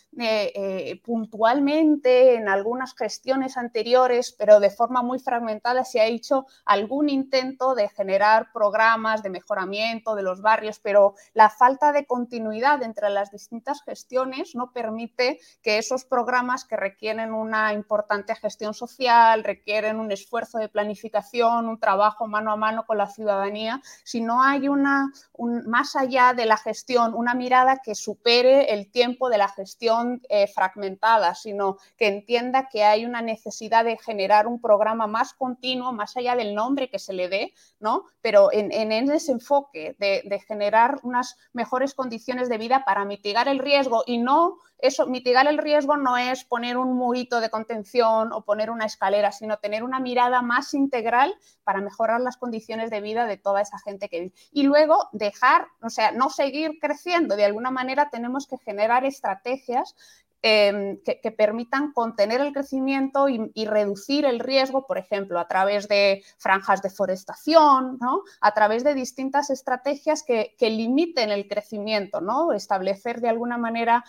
puntualmente en algunas gestiones anteriores, pero de forma muy fragmentada se ha hecho algún intento de generar programas de mejoramiento de los barrios, pero la falta de continuidad entre las distintas gestiones no permite que esos programas que requieren una importante gestión social, requieren un esfuerzo de planificación, un trabajo mano a mano con la ciudadanía, si no hay más allá de la gestión, una mirada que supere el tiempo de la gestión fragmentada, sino que entienda que hay una necesidad de generar un programa más continuo, más allá del nombre que se le dé, ¿no? Pero en ese enfoque de generar unas mejores condiciones de vida para mitigar el riesgo y no eso, mitigar el riesgo no es poner un murito de contención o poner una escalera, sino tener una mirada más integral para mejorar las condiciones de vida de toda esa gente que vive. Y luego no seguir creciendo. De alguna manera tenemos que generar estrategias que permitan contener el crecimiento y reducir el riesgo, por ejemplo, a través de franjas de forestación, ¿no? A través de distintas estrategias que limiten el crecimiento, ¿no? Establecer de alguna manera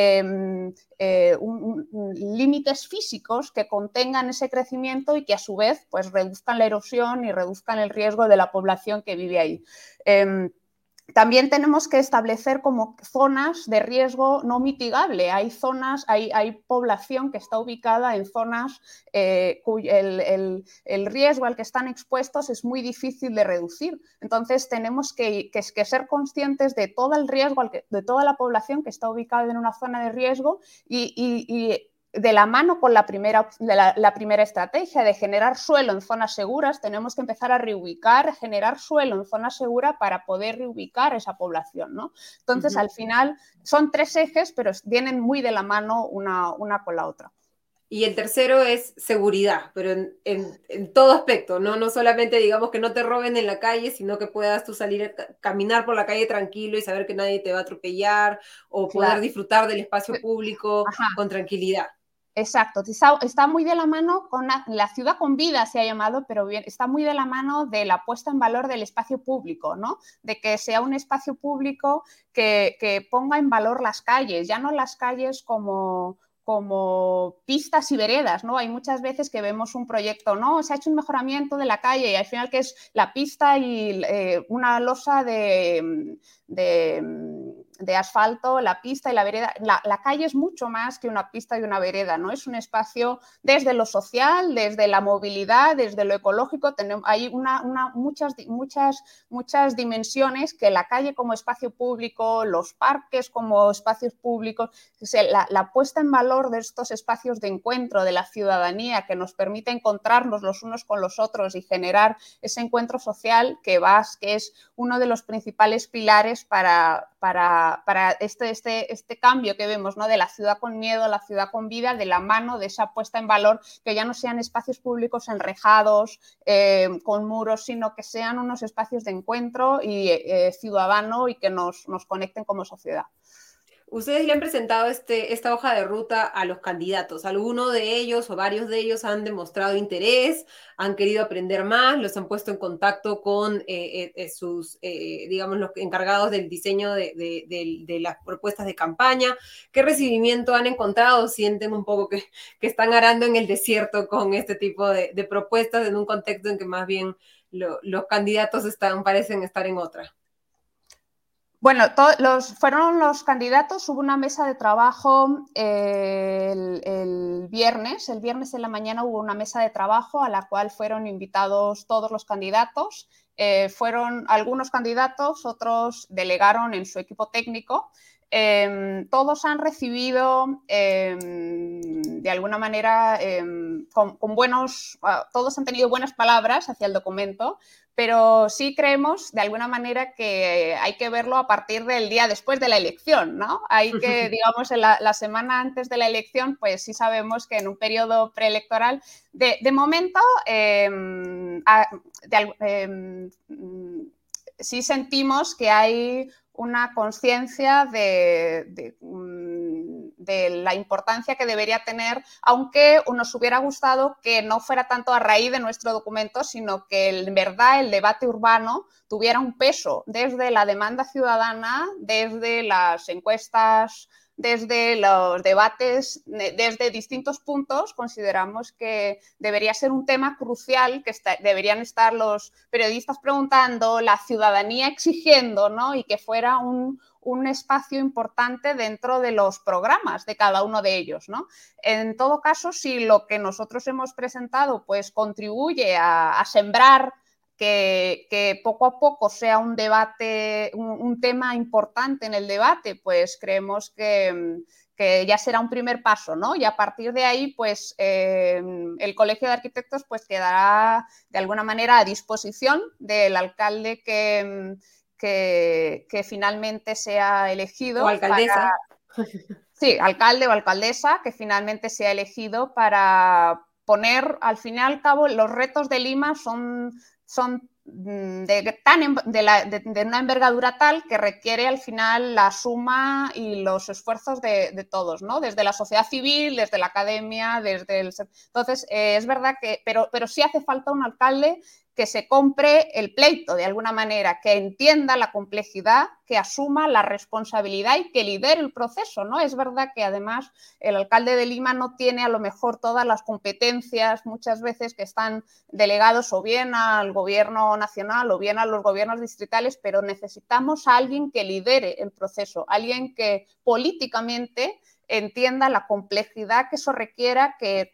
límites físicos que contengan ese crecimiento y que a su vez pues, reduzcan la erosión y reduzcan el riesgo de la población que vive ahí. También tenemos que establecer como zonas de riesgo no mitigable. Hay población que está ubicada en zonas cuyo el riesgo al que están expuestos es muy difícil de reducir. Entonces tenemos que ser conscientes de todo el riesgo, de toda la población que está ubicada en una zona de riesgo y de la mano con la primera estrategia de generar suelo en zonas seguras, tenemos que empezar a generar suelo en zonas seguras para poder reubicar esa población, ¿no? Entonces, al final, son 3 ejes, pero vienen muy de la mano una con la otra. Y el tercero es seguridad, pero en todo aspecto, ¿no? No solamente digamos que no te roben en la calle, sino que puedas tú salir a caminar por la calle tranquilo y saber que nadie te va a atropellar o poder disfrutar del espacio público con tranquilidad. Exacto, está muy de la mano con la ciudad con vida, se ha llamado, pero bien, está muy de la mano de la puesta en valor del espacio público, ¿no? De que sea un espacio público que ponga en valor las calles, ya no las calles como como pistas y veredas, ¿no? Hay muchas veces que vemos un proyecto, ¿no? Se ha hecho un mejoramiento de la calle y al final que es la pista y una losa de asfalto, la pista y la vereda. La calle es mucho más que una pista y una vereda, ¿no? Es un espacio desde lo social, desde la movilidad, desde lo ecológico. Hay muchas dimensiones que la calle como espacio público, los parques como espacios públicos, la puesta en valor de estos espacios de encuentro de la ciudadanía que nos permite encontrarnos los unos con los otros y generar ese encuentro social que es uno de los principales pilares para este cambio que vemos, ¿no? De la ciudad con miedo a la ciudad con vida, de la mano de esa puesta en valor, que ya no sean espacios públicos enrejados, con muros, sino que sean unos espacios de encuentro y ciudadano y que nos conecten como sociedad. Ustedes le han presentado esta hoja de ruta a los candidatos. ¿Alguno de ellos o varios de ellos han demostrado interés, han querido aprender más, los han puesto en contacto con sus, digamos, los encargados del diseño de las propuestas de campaña? ¿Qué recibimiento han encontrado? ¿Sienten un poco que están arando en el desierto con este tipo de propuestas en un contexto en que más bien los candidatos parecen estar en otra? Bueno, fueron los candidatos, hubo una mesa de trabajo el viernes en la mañana hubo una mesa de trabajo a la cual fueron invitados todos los candidatos, fueron algunos candidatos, otros delegaron en su equipo técnico. Todos han recibido de alguna manera todos han tenido buenas palabras hacia el documento, pero sí creemos de alguna manera que hay que verlo a partir del día después de la elección, ¿no? Hay que, digamos, en la semana antes de la elección, pues sí sabemos que en un periodo preelectoral, de momento, sí sentimos que hay una conciencia de la importancia que debería tener, aunque nos hubiera gustado que no fuera tanto a raíz de nuestro documento, sino que en verdad el debate urbano tuviera un peso desde la demanda ciudadana, desde las encuestas, desde los debates, desde distintos puntos. Consideramos que debería ser un tema crucial, que deberían estar los periodistas preguntando, la ciudadanía exigiendo, ¿no? Y que fuera un espacio importante dentro de los programas de cada uno de ellos, ¿no? En todo caso, si lo que nosotros hemos presentado pues contribuye a sembrar que poco a poco sea un debate, un tema importante en el debate, pues creemos que ya será un primer paso, ¿no? Y a partir de ahí, pues el Colegio de Arquitectos pues quedará de alguna manera a disposición del alcalde que finalmente sea elegido. O alcaldesa. Sí, alcalde o alcaldesa que finalmente sea elegido para poner, al fin y al cabo, los retos de Lima son de una envergadura tal que requiere al final la suma y los esfuerzos de todos, ¿no? Desde la sociedad civil, desde la academia, desde el... Entonces, es verdad que... Pero sí hace falta un alcalde que se compre el pleito de alguna manera, que entienda la complejidad, que asuma la responsabilidad y que lidere el proceso, ¿no? Es verdad que además el alcalde de Lima no tiene a lo mejor todas las competencias, muchas veces que están delegados o bien al gobierno nacional o bien a los gobiernos distritales, pero necesitamos a alguien que lidere el proceso, alguien que políticamente entienda la complejidad que eso requiera, que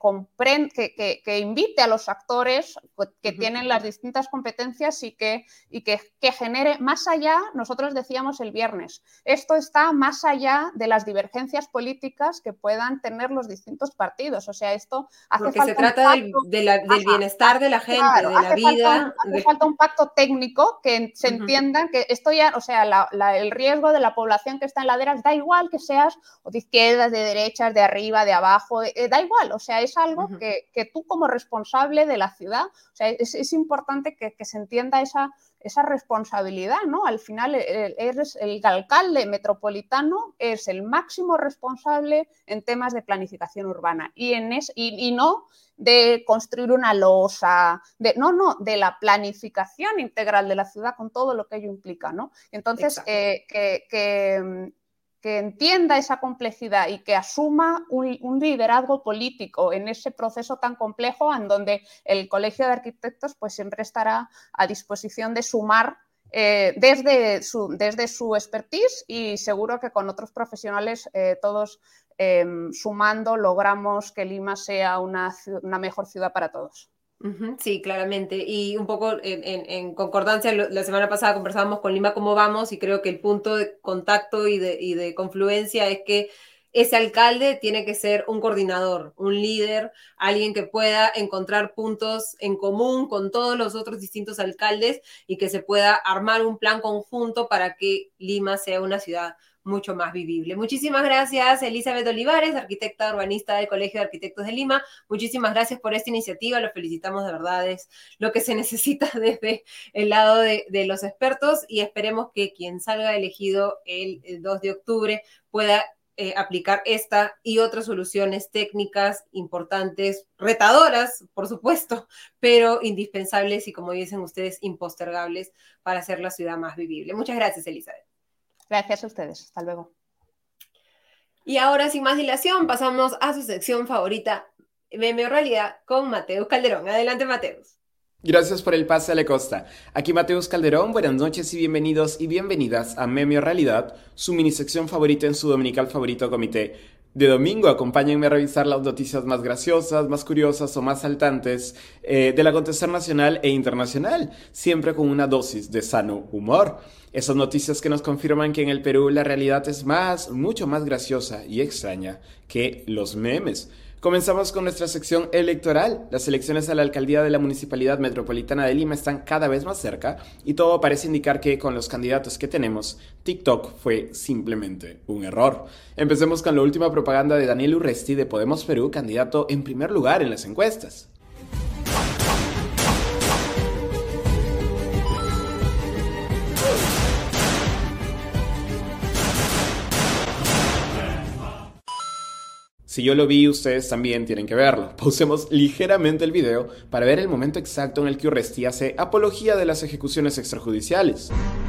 invite a los actores que tienen las distintas competencias y que genere más allá, nosotros decíamos el viernes, esto está más allá de las divergencias políticas que puedan tener los distintos partidos, o sea, esto hace porque falta se trata del bienestar de la gente, claro, de la vida. Hace falta un pacto técnico que se entienda que esto ya, o sea, el riesgo de la población que está en laderas, da igual que seas o de izquierdas, de derechas, de arriba, de abajo, da igual, o sea, es algo que tú como responsable de la ciudad, o sea, es importante que se entienda esa responsabilidad, ¿no? Al final, el alcalde metropolitano es el máximo responsable en temas de planificación urbana y no de construir una losa, de la planificación integral de la ciudad con todo lo que ello implica, ¿no? Entonces, que entienda esa complejidad y que asuma un liderazgo político en ese proceso tan complejo, en donde el Colegio de Arquitectos pues siempre estará a disposición de sumar desde su expertise, y seguro que con otros profesionales todos sumando logramos que Lima sea una mejor ciudad para todos. Sí, claramente. Y un poco en concordancia, la semana pasada conversábamos con Lima Cómo Vamos, y creo que el punto de contacto y de confluencia es que ese alcalde tiene que ser un coordinador, un líder, alguien que pueda encontrar puntos en común con todos los otros distintos alcaldes y que se pueda armar un plan conjunto para que Lima sea una ciudad mucho más vivible. Muchísimas gracias, Elizabeth Olivares, arquitecta urbanista del Colegio de Arquitectos de Lima. Muchísimas gracias por esta iniciativa, lo felicitamos, de verdad, es lo que se necesita desde el lado de los expertos, y esperemos que quien salga elegido el 2 de octubre pueda aplicar esta y otras soluciones técnicas importantes, retadoras, por supuesto, pero indispensables y, como dicen ustedes, impostergables para hacer la ciudad más vivible. Muchas gracias, Elizabeth. Gracias a ustedes. Hasta luego. Y ahora, sin más dilación, pasamos a su sección favorita, Meme o Realidad, con Mateus Calderón. Adelante, Mateus. Gracias por el pase a la costa. Aquí Mateus Calderón, buenas noches y bienvenidos y bienvenidas a Meme o Realidad, su minisección favorita en su dominical favorito comité. De domingo, acompáñenme a revisar las noticias más graciosas, más curiosas o más saltantes del acontecer nacional e internacional, siempre con una dosis de sano humor. Esas noticias que nos confirman que en el Perú la realidad es mucho más graciosa y extraña que los memes. Comenzamos con nuestra sección electoral. Las elecciones a la alcaldía de la Municipalidad Metropolitana de Lima están cada vez más cerca y todo parece indicar que con los candidatos que tenemos, TikTok fue simplemente un error. Empecemos con la última propaganda de Daniel Urresti de Podemos Perú, candidato en primer lugar en las encuestas. Si yo lo vi, ustedes también tienen que verlo. Pausemos ligeramente el video para ver el momento exacto en el que Urresti hace apología de las ejecuciones extrajudiciales.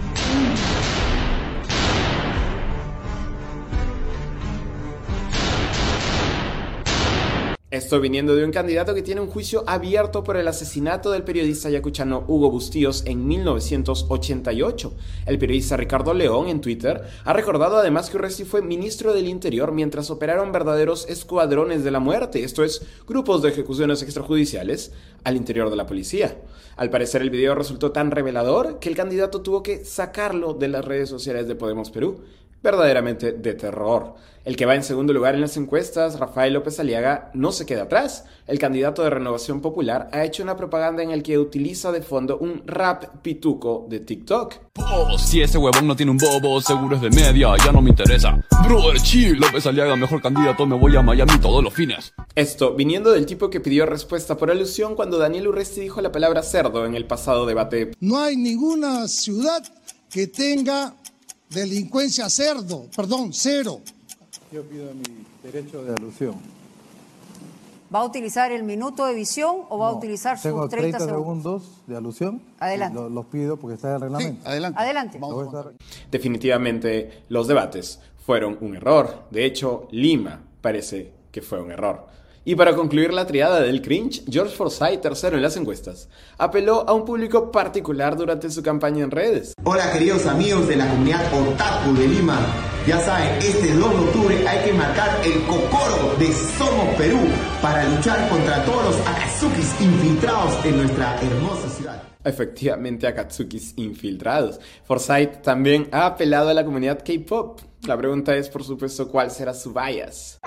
Esto viniendo de un candidato que tiene un juicio abierto por el asesinato del periodista yacuchano Hugo Bustíos en 1988. El periodista Ricardo León en Twitter ha recordado además que Urresti fue ministro del Interior mientras operaron verdaderos escuadrones de la muerte, esto es, grupos de ejecuciones extrajudiciales al interior de la policía. Al parecer el video resultó tan revelador que el candidato tuvo que sacarlo de las redes sociales de Podemos Perú. Verdaderamente de terror. El que va en segundo lugar en las encuestas, Rafael López Aliaga, no se queda atrás. El candidato de Renovación Popular ha hecho una propaganda en el que utiliza de fondo un rap pituco de TikTok. Oh, si ese huevón no tiene un bobo, seguro es de media, ya no me interesa. Brother, chill, López Aliaga, mejor candidato, me voy a Miami todos los fines. Esto viniendo del tipo que pidió respuesta por alusión cuando Daniel Urresti dijo la palabra cerdo en el pasado debate. No hay ninguna ciudad que tenga delincuencia cero. Yo pido mi derecho de alusión. ¿Va a utilizar el minuto de visión o va a utilizar sus 30 segundos de alusión? Adelante. Los pido porque está en el reglamento. Sí, adelante. Definitivamente los debates fueron un error. De hecho, Lima parece que fue un error. Y para concluir la triada del cringe, George Forsyth, tercero en las encuestas, apeló a un público particular durante su campaña en redes. Hola queridos amigos de la comunidad otaku de Lima. Ya saben, este 2 de octubre hay que marcar el cocoro de Somos Perú para luchar contra todos los Akatsukis infiltrados en nuestra hermosa ciudad. Efectivamente, Akatsukis infiltrados. Forsyth también ha apelado a la comunidad K-pop. La pregunta es, por supuesto, ¿cuál será su bias?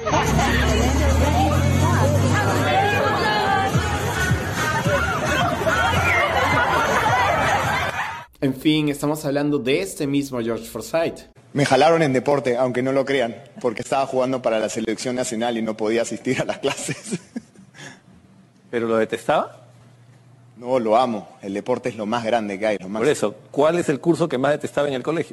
En fin, estamos hablando de este mismo George Forsyth. Me jalaron en deporte, aunque no lo crean, porque estaba jugando para la selección nacional y no podía asistir a las clases. ¿Pero lo detestaba? No, lo amo. El deporte es lo más grande que hay. Por eso, ¿cuál es el curso que más detestaba en el colegio?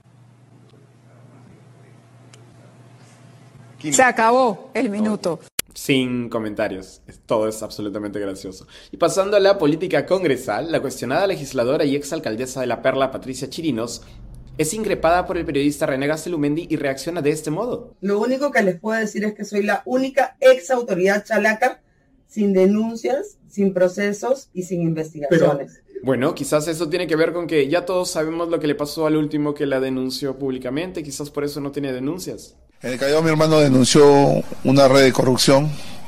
Se acabó el minuto. Sin comentarios, todo es absolutamente gracioso. Y pasando a la política congresal, la cuestionada legisladora y exalcaldesa de La Perla, Patricia Chirinos, Es increpada por el periodista René Gastelumendi y reacciona de este modo. Lo único que les puedo decir es que soy la única ex autoridad chalaca sin denuncias, sin procesos y sin investigaciones. Bueno, quizás eso tiene que ver con que ya todos sabemos lo que le pasó al último que la denunció públicamente, quizás por eso no tiene denuncias. En el Callao mi hermano denunció una red de corrupción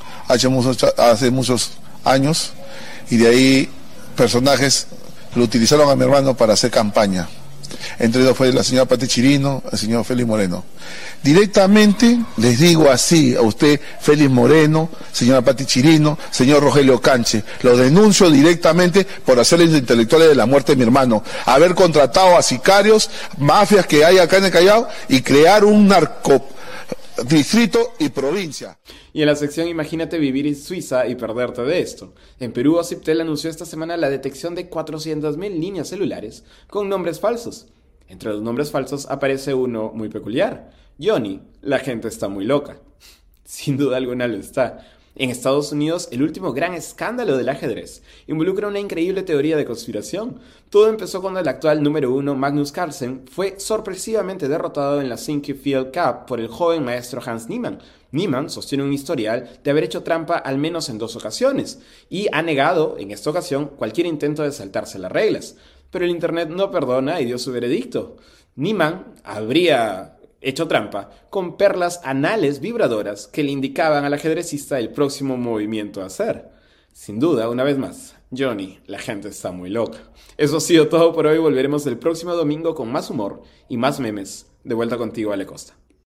hace muchos años y de ahí personajes lo utilizaron a mi hermano para hacer campaña. Entre ellos fue la señora Pati Chirino, el señor Félix Moreno. Directamente les digo así a usted, Félix Moreno, señora Pati Chirino, señor Rogelio Canche, lo denuncio directamente por hacerles los intelectuales de la muerte de mi hermano, haber contratado a sicarios, mafias que hay acá en el Callao y crear un narcodistrito y provincia. Y en la sección Imagínate vivir en Suiza y perderte de esto. En Perú, Ociptel anunció esta semana la detección de 400.000 líneas celulares con nombres falsos. Entre los nombres falsos aparece uno muy peculiar. Johnny, la gente está muy loca. Sin duda alguna lo está. En Estados Unidos, el último gran escándalo del ajedrez involucra una increíble teoría de conspiración. Todo empezó cuando el actual número 1, Magnus Carlsen, fue sorpresivamente derrotado en la Sinquefield Cup por el joven maestro Hans Niemann. Niemann sostiene un historial de haber hecho trampa al menos en 2 ocasiones y ha negado, en esta ocasión, cualquier intento de saltarse las reglas. Pero el internet no perdona y dio su veredicto. Niemann habría hecho trampa con perlas anales vibradoras que le indicaban al ajedrecista el próximo movimiento a hacer. Sin duda, una vez más, Johnny, la gente está muy loca. Eso ha sido todo por hoy. Volveremos el próximo domingo con más humor y más memes. De vuelta contigo, Ale Costa.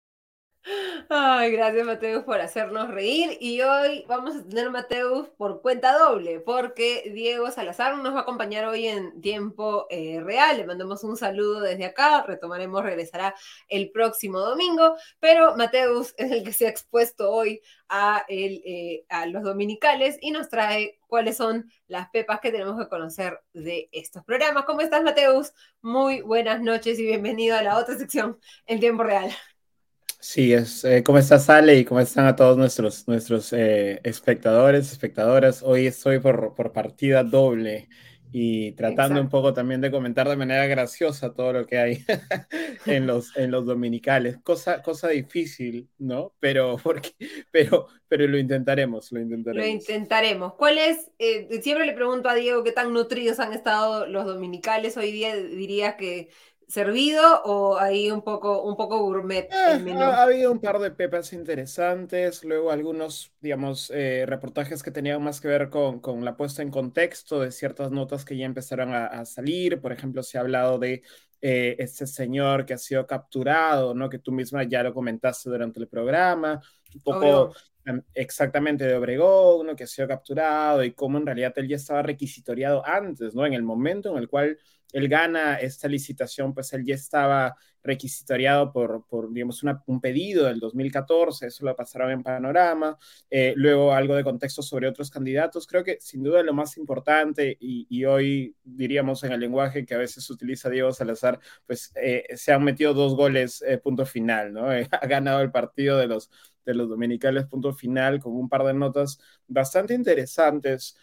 Ay, gracias Mateus por hacernos reír y hoy vamos a tener Mateus por cuenta doble porque Diego Salazar nos va a acompañar hoy en tiempo real. Le mandamos un saludo desde acá, regresará el próximo domingo, pero Mateus es el que se ha expuesto hoy a los dominicales y nos trae cuáles son las pepas que tenemos que conocer de estos programas. ¿Cómo estás, Mateus? Muy buenas noches y bienvenido a la otra sección en tiempo real. Sí, ¿cómo estás, Ale? Y cómo están a todos nuestros espectadores, espectadoras. Hoy estoy por partida doble y tratando un poco también de comentar de manera graciosa todo lo que hay en los dominicales. Cosa difícil, ¿no? Pero lo intentaremos, Lo intentaremos. ¿Cuál es? Siempre le pregunto a Diego qué tan nutridos han estado los dominicales. Hoy día diría que servido o ahí un poco gourmet el menú. Ha habido un par de pepas interesantes, luego algunos, digamos, reportajes que tenían más que ver con la puesta en contexto de ciertas notas que ya empezaron a salir. Por ejemplo, se ha hablado de este señor que ha sido capturado, ¿no? Que tú misma ya lo comentaste durante el programa, un poco exactamente de Obregón, ¿no? Que ha sido capturado y cómo en realidad él ya estaba requisitoriado antes, ¿no? En el momento en el cual él gana esta licitación, pues él ya estaba requisitoriado por digamos, un pedido del 2014, eso lo pasaron en Panorama, luego algo de contexto sobre otros candidatos. Creo que sin duda lo más importante, y hoy diríamos en el lenguaje que a veces utiliza Diego Salazar, pues se han metido 2 goles, punto final, ¿no? Ha ganado el partido de los dominicales, punto final, con un par de notas bastante interesantes.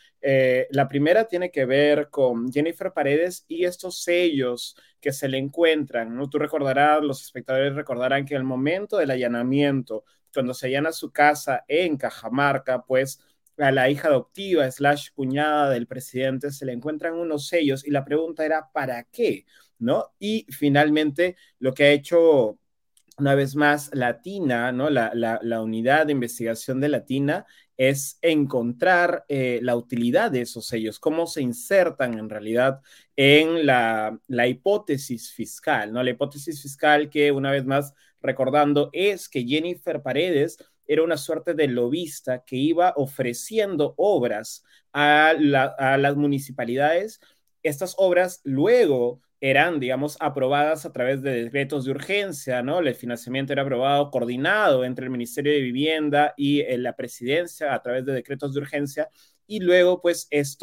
La primera tiene que ver con Jennifer Paredes y estos sellos que se le encuentran, ¿no? Tú recordarás, los espectadores recordarán que en el momento del allanamiento, cuando se allana su casa en Cajamarca, pues a la hija adoptiva / cuñada del presidente se le encuentran unos sellos y la pregunta era ¿para qué? ¿No? Y finalmente lo que ha hecho una vez más Latina, ¿no? La unidad de investigación de Latina es encontrar la utilidad de esos sellos, cómo se insertan en realidad en la hipótesis fiscal, ¿no? La hipótesis fiscal que, una vez más, recordando, es que Jennifer Paredes era una suerte de lobista que iba ofreciendo obras a las municipalidades. Estas obras luego eran, digamos, aprobadas a través de decretos de urgencia, ¿no? El financiamiento era aprobado, coordinado entre el Ministerio de Vivienda y la Presidencia a través de decretos de urgencia, y luego, pues,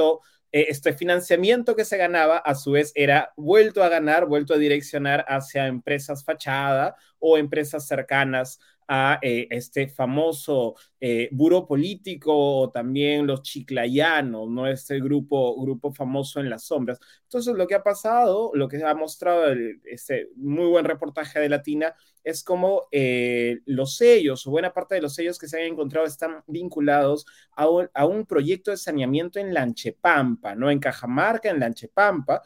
este financiamiento que se ganaba, a su vez, era vuelto a direccionar hacia empresas fachada o empresas cercanas a este famoso buró político, o también los chiclayanos, ¿no? Este grupo famoso en las sombras. Entonces, lo que ha pasado, lo que ha mostrado este muy buen reportaje de Latina, es como los sellos, o buena parte de los sellos que se han encontrado, están vinculados a un proyecto de saneamiento en Lanchepampa, ¿no? En Cajamarca, en Lanchepampa.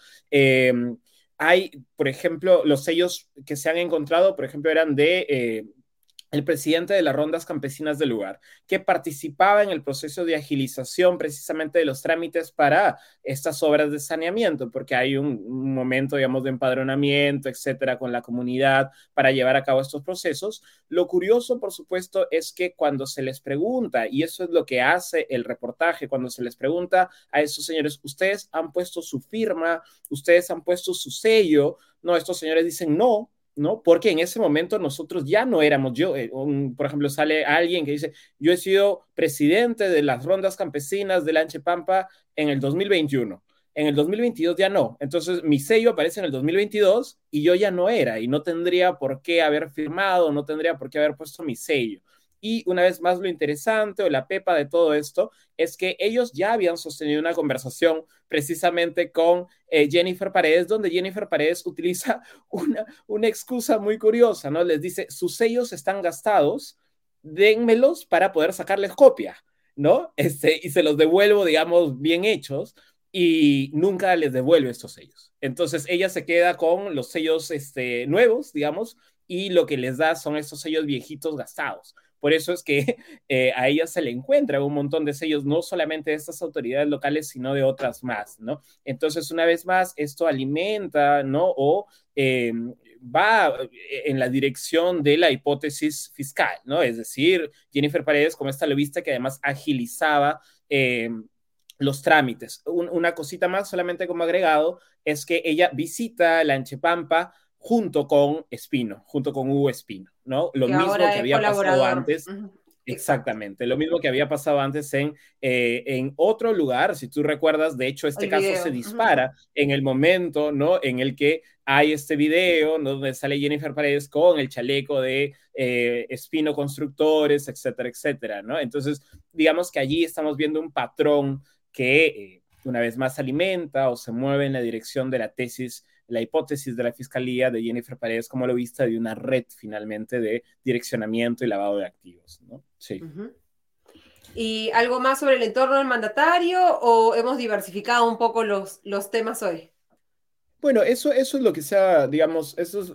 Hay, por ejemplo, los sellos que se han encontrado, por ejemplo, eran de el presidente de las rondas campesinas del lugar, que participaba en el proceso de agilización precisamente de los trámites para estas obras de saneamiento, porque hay un momento, digamos, de empadronamiento, etcétera, con la comunidad para llevar a cabo estos procesos. Lo curioso, por supuesto, es que cuando se les pregunta, y eso es lo que hace el reportaje, cuando se les pregunta a esos señores, ustedes han puesto su firma, ustedes han puesto su sello, no, estos señores dicen no, ¿no? Porque en ese momento nosotros ya no éramos yo. Por ejemplo, sale alguien que dice, yo he sido presidente de las rondas campesinas de Lanchepampa en el 2021. En el 2022 ya no. Entonces, mi sello aparece en el 2022 y yo ya no era, y no tendría por qué haber firmado, no tendría por qué haber puesto mi sello. Y una vez más, lo interesante o la pepa de todo esto es que ellos ya habían sostenido una conversación precisamente con Jennifer Paredes, donde Jennifer Paredes utiliza una excusa muy curiosa, ¿no? Les dice, sus sellos están gastados, dénmelos para poder sacarles copia, ¿no? Y se los devuelvo, digamos, bien hechos, y nunca les devuelve estos sellos. Entonces ella se queda con los sellos nuevos, digamos, y lo que les da son estos sellos viejitos gastados. Por eso es que a ella se le encuentra un montón de sellos, no solamente de estas autoridades locales, sino de otras más, ¿no? Entonces, una vez más, esto alimenta, ¿no? O va en la dirección de la hipótesis fiscal, ¿no? Es decir, Jennifer Paredes, como esta lobista que además agilizaba los trámites. Una cosita más, solamente como agregado, es que ella visita Lanchepampa junto con Espino, junto con Hugo Espino, ¿no? Lo mismo que había pasado antes. Exactamente, lo mismo que había pasado antes en otro lugar, si tú recuerdas, de hecho este caso se dispara en el momento, ¿no? En el que hay este video, ¿no? Donde sale Jennifer Paredes con el chaleco de Espino Constructores, etcétera, etcétera, ¿no? Entonces, digamos que allí estamos viendo un patrón que una vez más alimenta o se mueve en la dirección de la tesis, la hipótesis de la Fiscalía de Jennifer Paredes como lo vista de una red finalmente de direccionamiento y lavado de activos, ¿no? Sí. ¿Y algo más sobre el entorno del mandatario o hemos diversificado un poco los temas hoy? Bueno, eso es lo que sea, digamos,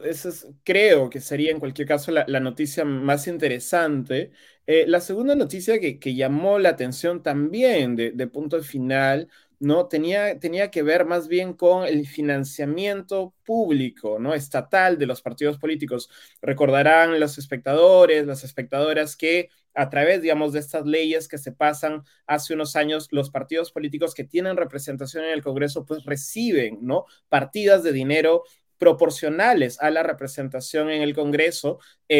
creo que sería en cualquier caso la noticia más interesante. La segunda noticia que llamó la atención también de punto final, ¿no? Tenía que ver más bien con el financiamiento público, ¿no? Estatal de los partidos políticos. Recordarán los espectadores, las espectadoras que a través, digamos, de estas leyes que se pasan hace unos años, los partidos políticos que tienen representación en el Congreso, pues reciben, ¿no? Partidas de dinero proporcionales a la representación en el Congreso,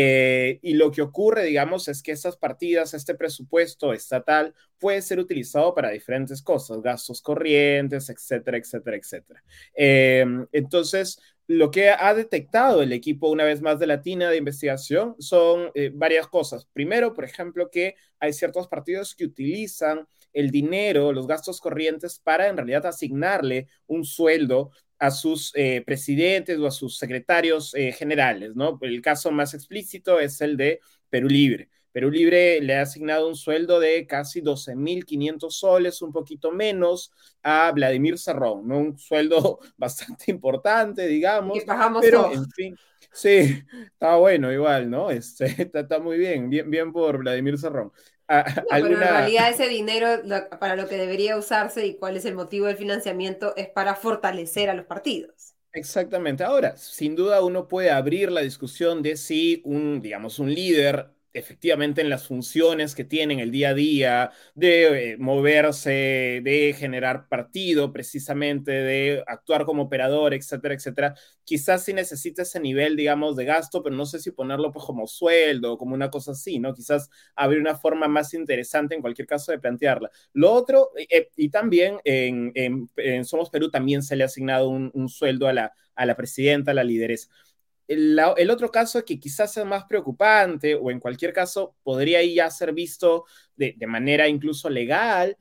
y lo que ocurre, digamos, es que estas partidas, este presupuesto estatal puede ser utilizado para diferentes cosas, gastos corrientes, etcétera, etcétera, etcétera. Entonces, lo que ha detectado el equipo, una vez más, de Latina de investigación son varias cosas. Primero, por ejemplo, que hay ciertos partidos que utilizan el dinero, los gastos corrientes, para en realidad asignarle un sueldo a sus presidentes o a sus secretarios generales, ¿no? El caso más explícito es el de Perú Libre. Perú Libre le ha asignado un sueldo de casi 12.500 soles, un poquito menos, a Vladimir Cerrón, ¿no? Un sueldo bastante importante, digamos. Que bajamos pero todo. En fin, sí, está bueno igual, ¿no? Está muy bien por Vladimir Cerrón. No, pero en realidad ese dinero para lo que debería usarse y cuál es el motivo del financiamiento es para fortalecer a los partidos. Exactamente. Ahora, sin duda uno puede abrir la discusión de si digamos, un líder efectivamente en las funciones que tienen el día a día, de moverse, de generar partido, precisamente, de actuar como operador, etcétera, etcétera. Quizás sí necesita ese nivel, digamos, de gasto, pero no sé si ponerlo pues como sueldo o como una cosa así, ¿no? Quizás abrir una forma más interesante en cualquier caso de plantearla. Lo otro, y también en Somos Perú también se le ha asignado un sueldo a la presidenta, a la lideresa. el otro caso que quizás sea más preocupante, o en cualquier caso podría ya ser visto de manera incluso legal,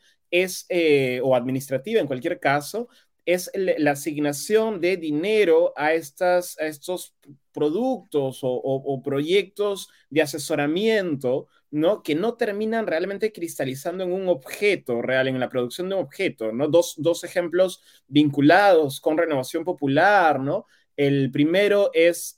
o administrativa en cualquier caso, es la asignación de dinero a estos productos o proyectos de asesoramiento, ¿no? Que no terminan realmente cristalizando en un objeto real, en la producción de un objeto, ¿no? Dos ejemplos vinculados con Renovación Popular, ¿no? El primero es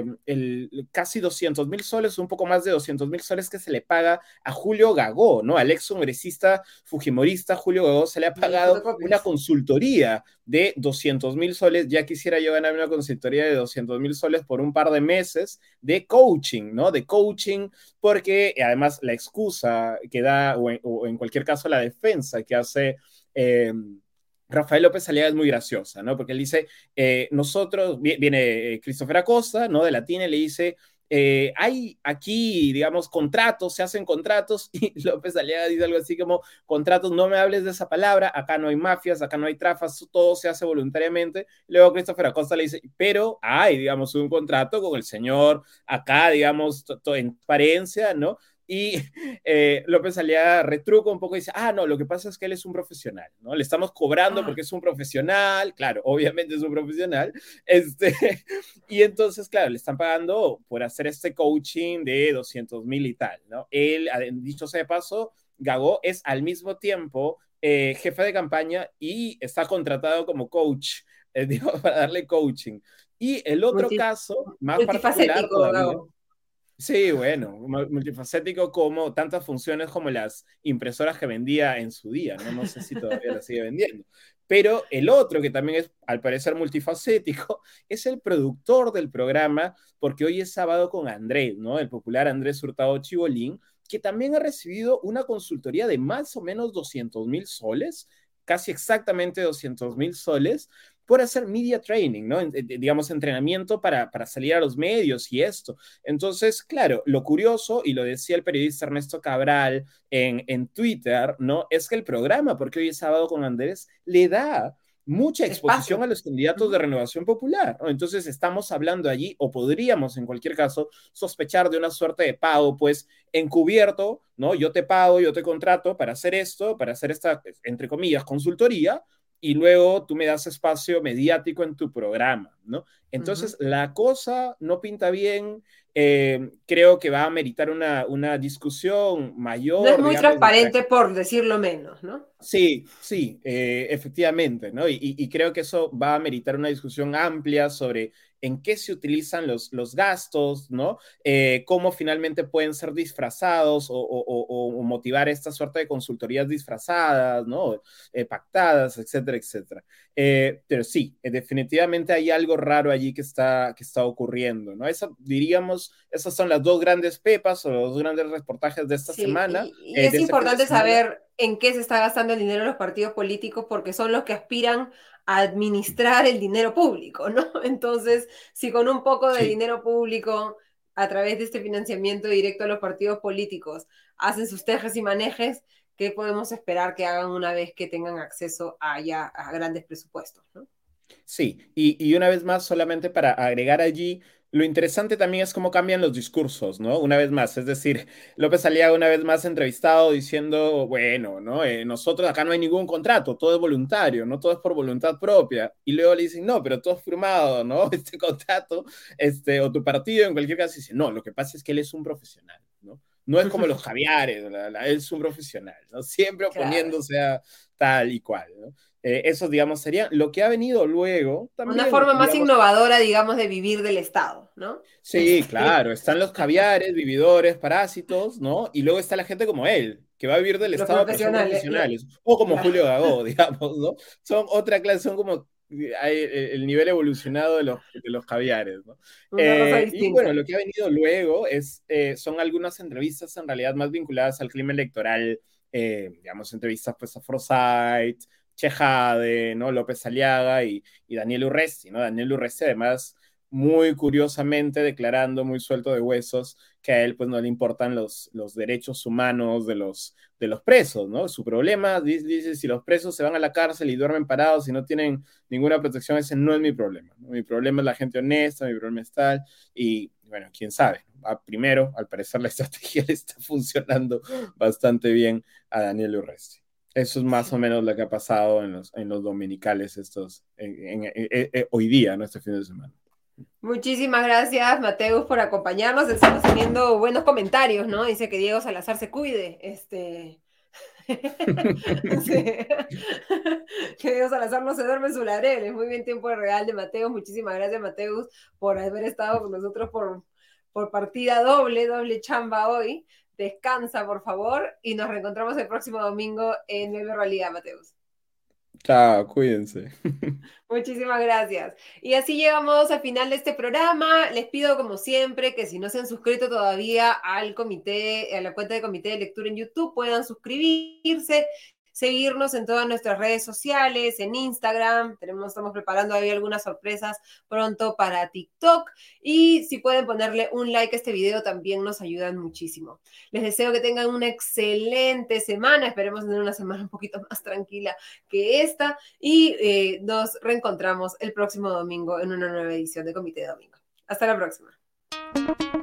casi 200.000 soles, un poco más de 200.000 soles que se le paga a Julio Gagó, ¿no? Al ex congresista fujimorista Julio Gagó se le ha pagado una consultoría de 200.000 soles. Ya quisiera yo ganar una consultoría de 200.000 soles por un par de meses de coaching, ¿no? De coaching, porque además la excusa que da, o en cualquier caso la defensa que hace Rafael López Aliaga es muy graciosa, ¿no? Porque él dice, nosotros, viene Christopher Acosta, ¿no? De Latina, y le dice, hay aquí, digamos, contratos, se hacen contratos, y López Aliaga dice algo así como, contratos, no me hables de esa palabra, acá no hay mafias, acá no hay trafas, todo se hace voluntariamente. Luego Christopher Acosta le dice, pero hay, digamos, un contrato con el señor acá, digamos, en transparencia, ¿no? Y López Aliaga retruca un poco y dice, no, lo que pasa es que él es un profesional, ¿no? Le estamos cobrando porque es un profesional, claro, obviamente es un profesional, y entonces, claro, le están pagando por hacer este coaching de 200.000 y tal, ¿no? Él, dicho sea de paso, Gagó es al mismo tiempo jefe de campaña y está contratado como coach, digo, para darle coaching. Y el otro caso, más particular todavía, sí, bueno, multifacético como tantas funciones como las impresoras que vendía en su día, ¿no? No sé si todavía las sigue vendiendo. Pero el otro, que también es, al parecer, multifacético, es el productor del programa, porque hoy es Sábado con Andrés, ¿no? El popular Andrés Hurtado Chibolín, que también ha recibido una consultoría de más o menos 200.000 soles, casi exactamente 200.000 soles, por hacer media training, ¿no? Digamos, entrenamiento para salir a los medios y esto. Entonces, claro, lo curioso, y lo decía el periodista Ernesto Cabral en Twitter, ¿no? Es que el programa, porque hoy es Sábado con Andrés, le da mucha exposición a los candidatos de Renovación Popular, ¿no? Entonces estamos hablando allí, o podríamos en cualquier caso sospechar de una suerte de pago, pues encubierto, ¿no? Yo te pago, yo te contrato para hacer esto, para hacer esta, entre comillas, consultoría, y luego tú me das espacio mediático en tu programa, ¿no? Entonces, la cosa no pinta bien, creo que va a meritar una discusión mayor. No es muy digamos, transparente, por decirlo menos, ¿no? Sí, sí, efectivamente, ¿no? Y creo que eso va a meritar una discusión amplia sobre en qué se utilizan los gastos, ¿no? Cómo finalmente pueden ser disfrazados o motivar esta suerte de consultorías disfrazadas, ¿no? Pactadas, etcétera, etcétera. Pero sí, definitivamente hay algo raro allí que está ocurriendo, ¿no? Diríamos, esas son las dos grandes pepas o los dos grandes reportajes de esta semana. Y es importante saber en qué se está gastando el dinero de los partidos políticos, porque son los que aspiran a administrar el dinero público, ¿no? Entonces, si con un poco de dinero público, a través de este financiamiento directo a los partidos políticos, hacen sus tejes y manejes, ¿qué podemos esperar que hagan una vez que tengan acceso a grandes presupuestos, ¿no? Sí, y una vez más, solamente para agregar allí, lo interesante también es cómo cambian los discursos, ¿no? Una vez más, es decir, López Aliaga una vez más entrevistado diciendo, bueno, ¿no? Nosotros acá no hay ningún contrato, todo es voluntario, ¿no? Todo es por voluntad propia. Y luego le dicen, no, pero todo es firmado, ¿no? Este contrato, o tu partido en cualquier caso dice, no, lo que pasa es que él es un profesional, ¿no? No es como los Javiares, él es un profesional, ¿no? Siempre oponiéndose a tal y cual, ¿no? Eso, digamos, sería lo que ha venido luego. También, una forma más digamos, innovadora, digamos, de vivir del Estado, ¿no? Sí, claro, están los caviares, vividores, parásitos, ¿no? Y luego está la gente como él, que va a vivir del Estado, pero son profesionales. O como Julio Gagó, digamos, ¿no? Son otra clase, son como el nivel evolucionado de los caviares, ¿no? Y bueno, lo que ha venido luego son algunas entrevistas en realidad más vinculadas al clima electoral, digamos, entrevistas pues a Forsyth, Chejade, ¿no? López Aliaga y Daniel Urresti, ¿no? Daniel Urresti además muy curiosamente declarando muy suelto de huesos que a él pues no le importan los derechos humanos de los presos, ¿no? Su problema, dice, si los presos se van a la cárcel y duermen parados y no tienen ninguna protección, ese no es mi problema, ¿no? Mi problema es la gente honesta, mi problema es tal, y bueno, quién sabe. Primero, al parecer la estrategia le está funcionando bastante bien a Daniel Urresti. Eso es más o menos lo que ha pasado en los dominicales hoy día, ¿no? Este fin de semana. Muchísimas gracias, Mateus, por acompañarnos. Estamos teniendo buenos comentarios, ¿no? Dice que Diego Salazar se cuide. Sí. Que Diego Salazar no se duerme en su laurel. Muy bien, tiempo real de Mateus. Muchísimas gracias, Mateus, por haber estado con nosotros por partida doble chamba hoy. Descansa, por favor, y nos reencontramos el próximo domingo en Meme Realidad, Mateus. Chao, cuídense. Muchísimas gracias. Y así llegamos al final de este programa. Les pido, como siempre, que si no se han suscrito todavía al comité, a la cuenta de Comité de Lectura en YouTube, puedan suscribirse, seguirnos en todas nuestras redes sociales, en Instagram. Estamos preparando ahí algunas sorpresas pronto para TikTok. Y si pueden ponerle un like a este video, también nos ayudan muchísimo. Les deseo que tengan una excelente semana. Esperemos tener una semana un poquito más tranquila que esta. Y nos reencontramos el próximo domingo en una nueva edición de Comité de Domingo. Hasta la próxima.